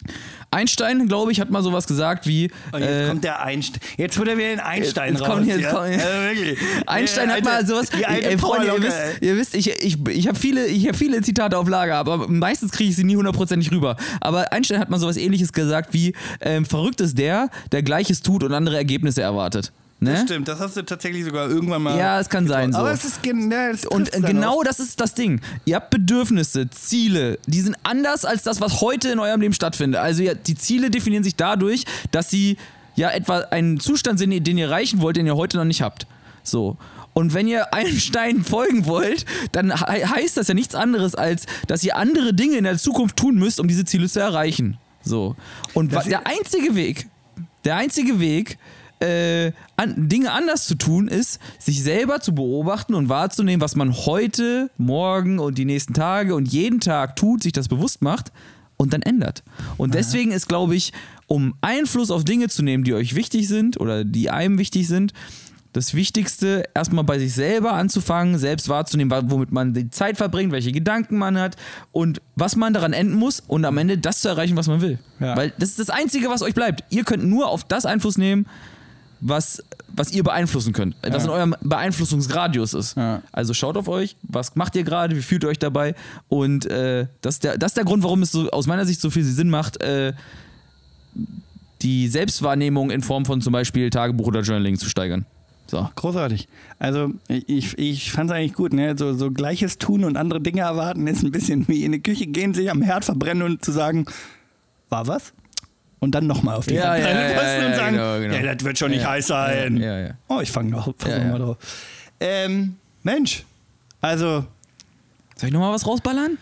Einstein, glaube ich, hat mal sowas gesagt wie. Oh, jetzt äh, kommt der Einstein. Jetzt holt er wieder den Einstein jetzt raus. kommt, jetzt ja? kommt, Also wirklich. Einstein Ja, hat mal sowas. Die alte Ey, Freunde, ihr wisst, Powerlocke, ihr wisst, ich, ich, ich habe viele, ich hab viele Zitate auf Lager, aber meistens kriege ich sie nie hundertprozentig rüber. Aber Einstein hat mal sowas Ähnliches gesagt wie: ähm, Verrückt ist der, der Gleiches tut und andere Ergebnisse erwartet. Ne? Das stimmt, das hast du tatsächlich sogar irgendwann mal. Ja, es kann sein so. Aber es ist gen- ja, es Und trifft's dann genau auch. das ist das Ding. Ihr habt Bedürfnisse, Ziele, die sind anders als das, was heute in eurem Leben stattfindet. Also ja, die Ziele definieren sich dadurch, dass sie ja etwa einen Zustand sind, den ihr erreichen wollt, den ihr heute noch nicht habt. So. Und wenn ihr Einstein folgen wollt, dann he- heißt das ja nichts anderes, als dass ihr andere Dinge in der Zukunft tun müsst, um diese Ziele zu erreichen. So. Und wa- der einzige Weg, der einzige Weg, Äh, an, Dinge anders zu tun, ist, sich selber zu beobachten und wahrzunehmen, was man heute, morgen und die nächsten Tage und jeden Tag tut, sich das bewusst macht und dann ändert. Und deswegen ist, glaube ich, um Einfluss auf Dinge zu nehmen, die euch wichtig sind oder die einem wichtig sind, das Wichtigste, erstmal bei sich selber anzufangen, selbst wahrzunehmen, womit man die Zeit verbringt, welche Gedanken man hat und was man daran enden muss und am Ende das zu erreichen, was man will. Ja. Weil das ist das Einzige, was euch bleibt. Ihr könnt nur auf das Einfluss nehmen, was, was ihr beeinflussen könnt, was Ja. in eurem Beeinflussungsradius ist. Ja. Also schaut auf euch, was macht ihr gerade, wie fühlt ihr euch dabei und äh, das, ist der, das ist der Grund, warum es so aus meiner Sicht so viel Sinn macht, äh, die Selbstwahrnehmung in Form von zum Beispiel Tagebuch oder Journaling zu steigern. So. Großartig. Also ich, ich fand es eigentlich gut, ne? So, so Gleiches tun und andere Dinge erwarten ist ein bisschen wie in die Küche gehen, sich am Herd verbrennen und zu sagen, war was? Und dann nochmal auf die Ja, Herd ja, posten ja, ja, und sagen, genau, genau. ja, das wird schon nicht Ja, heiß sein. ja, ja. Oh, ich fange noch, fang Ja, noch ja. mal drauf. Ähm, Mensch, also, Soll ich nochmal was rausballern?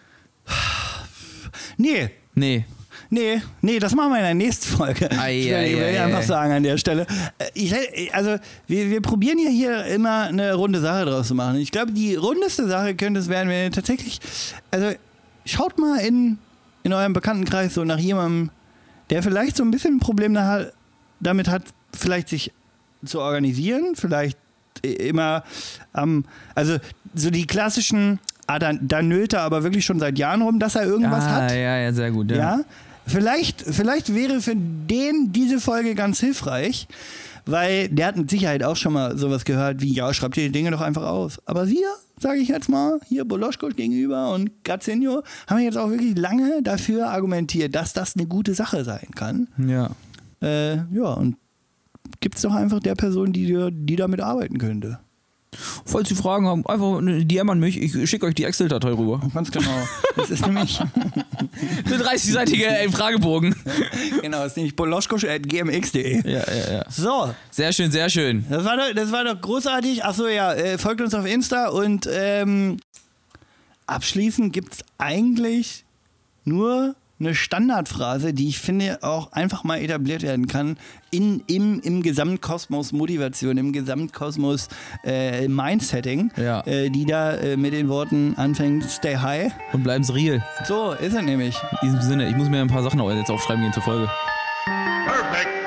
nee, Nee. Nee, nee, das machen wir in der nächsten Folge. Ei, ich will, ei, ich will ei, einfach ei. sagen an der Stelle. Äh, Ich, also, wir, wir probieren ja hier immer eine runde Sache draus zu machen. Ich glaube, die rundeste Sache könnte es werden, wenn ihr tatsächlich, also schaut mal in, in eurem Bekanntenkreis so nach jemandem, der vielleicht so ein bisschen ein Problem da, damit hat, vielleicht sich zu organisieren, vielleicht immer am, ähm, also so die klassischen, ah, da, da nölt er aber wirklich schon seit Jahren rum, dass er irgendwas ah, hat. Ja, ja, sehr gut. Ja. Ja, vielleicht, vielleicht wäre für den diese Folge ganz hilfreich, weil der hat mit Sicherheit auch schon mal sowas gehört wie, ja, schreibt ihr die Dinge doch einfach aus. Aber wir, sage ich jetzt mal, hier Boloschkosch gegenüber und Gatzinho, haben jetzt auch wirklich lange dafür argumentiert, dass das eine gute Sache sein kann. Ja. Äh, ja, und gibt es doch einfach der Person, die, die damit arbeiten könnte. Falls Sie Fragen haben, einfach eine D M an mich. Ich schicke euch die Excel-Datei rüber. Ganz genau. Das ist nämlich, Eine dreißigseitige äh, Fragebogen. genau, das ist nämlich boloschkosch at g m x punkt de. Ja, ja, ja. So, Sehr schön, sehr schön. Das war doch, das war doch großartig. Achso, ja, äh, folgt uns auf Insta und ähm, abschließend gibt es eigentlich nur eine Standardphrase, die ich finde auch einfach mal etabliert werden kann in, im, im Gesamtkosmos Motivation, im Gesamtkosmos äh, Mindsetting, Ja. äh, die da äh, mit den Worten anfängt, stay high. Und bleiben Sie real. So ist es nämlich. In diesem Sinne, ich muss mir ein paar Sachen auch jetzt aufschreiben gehen zur Folge. Perfect.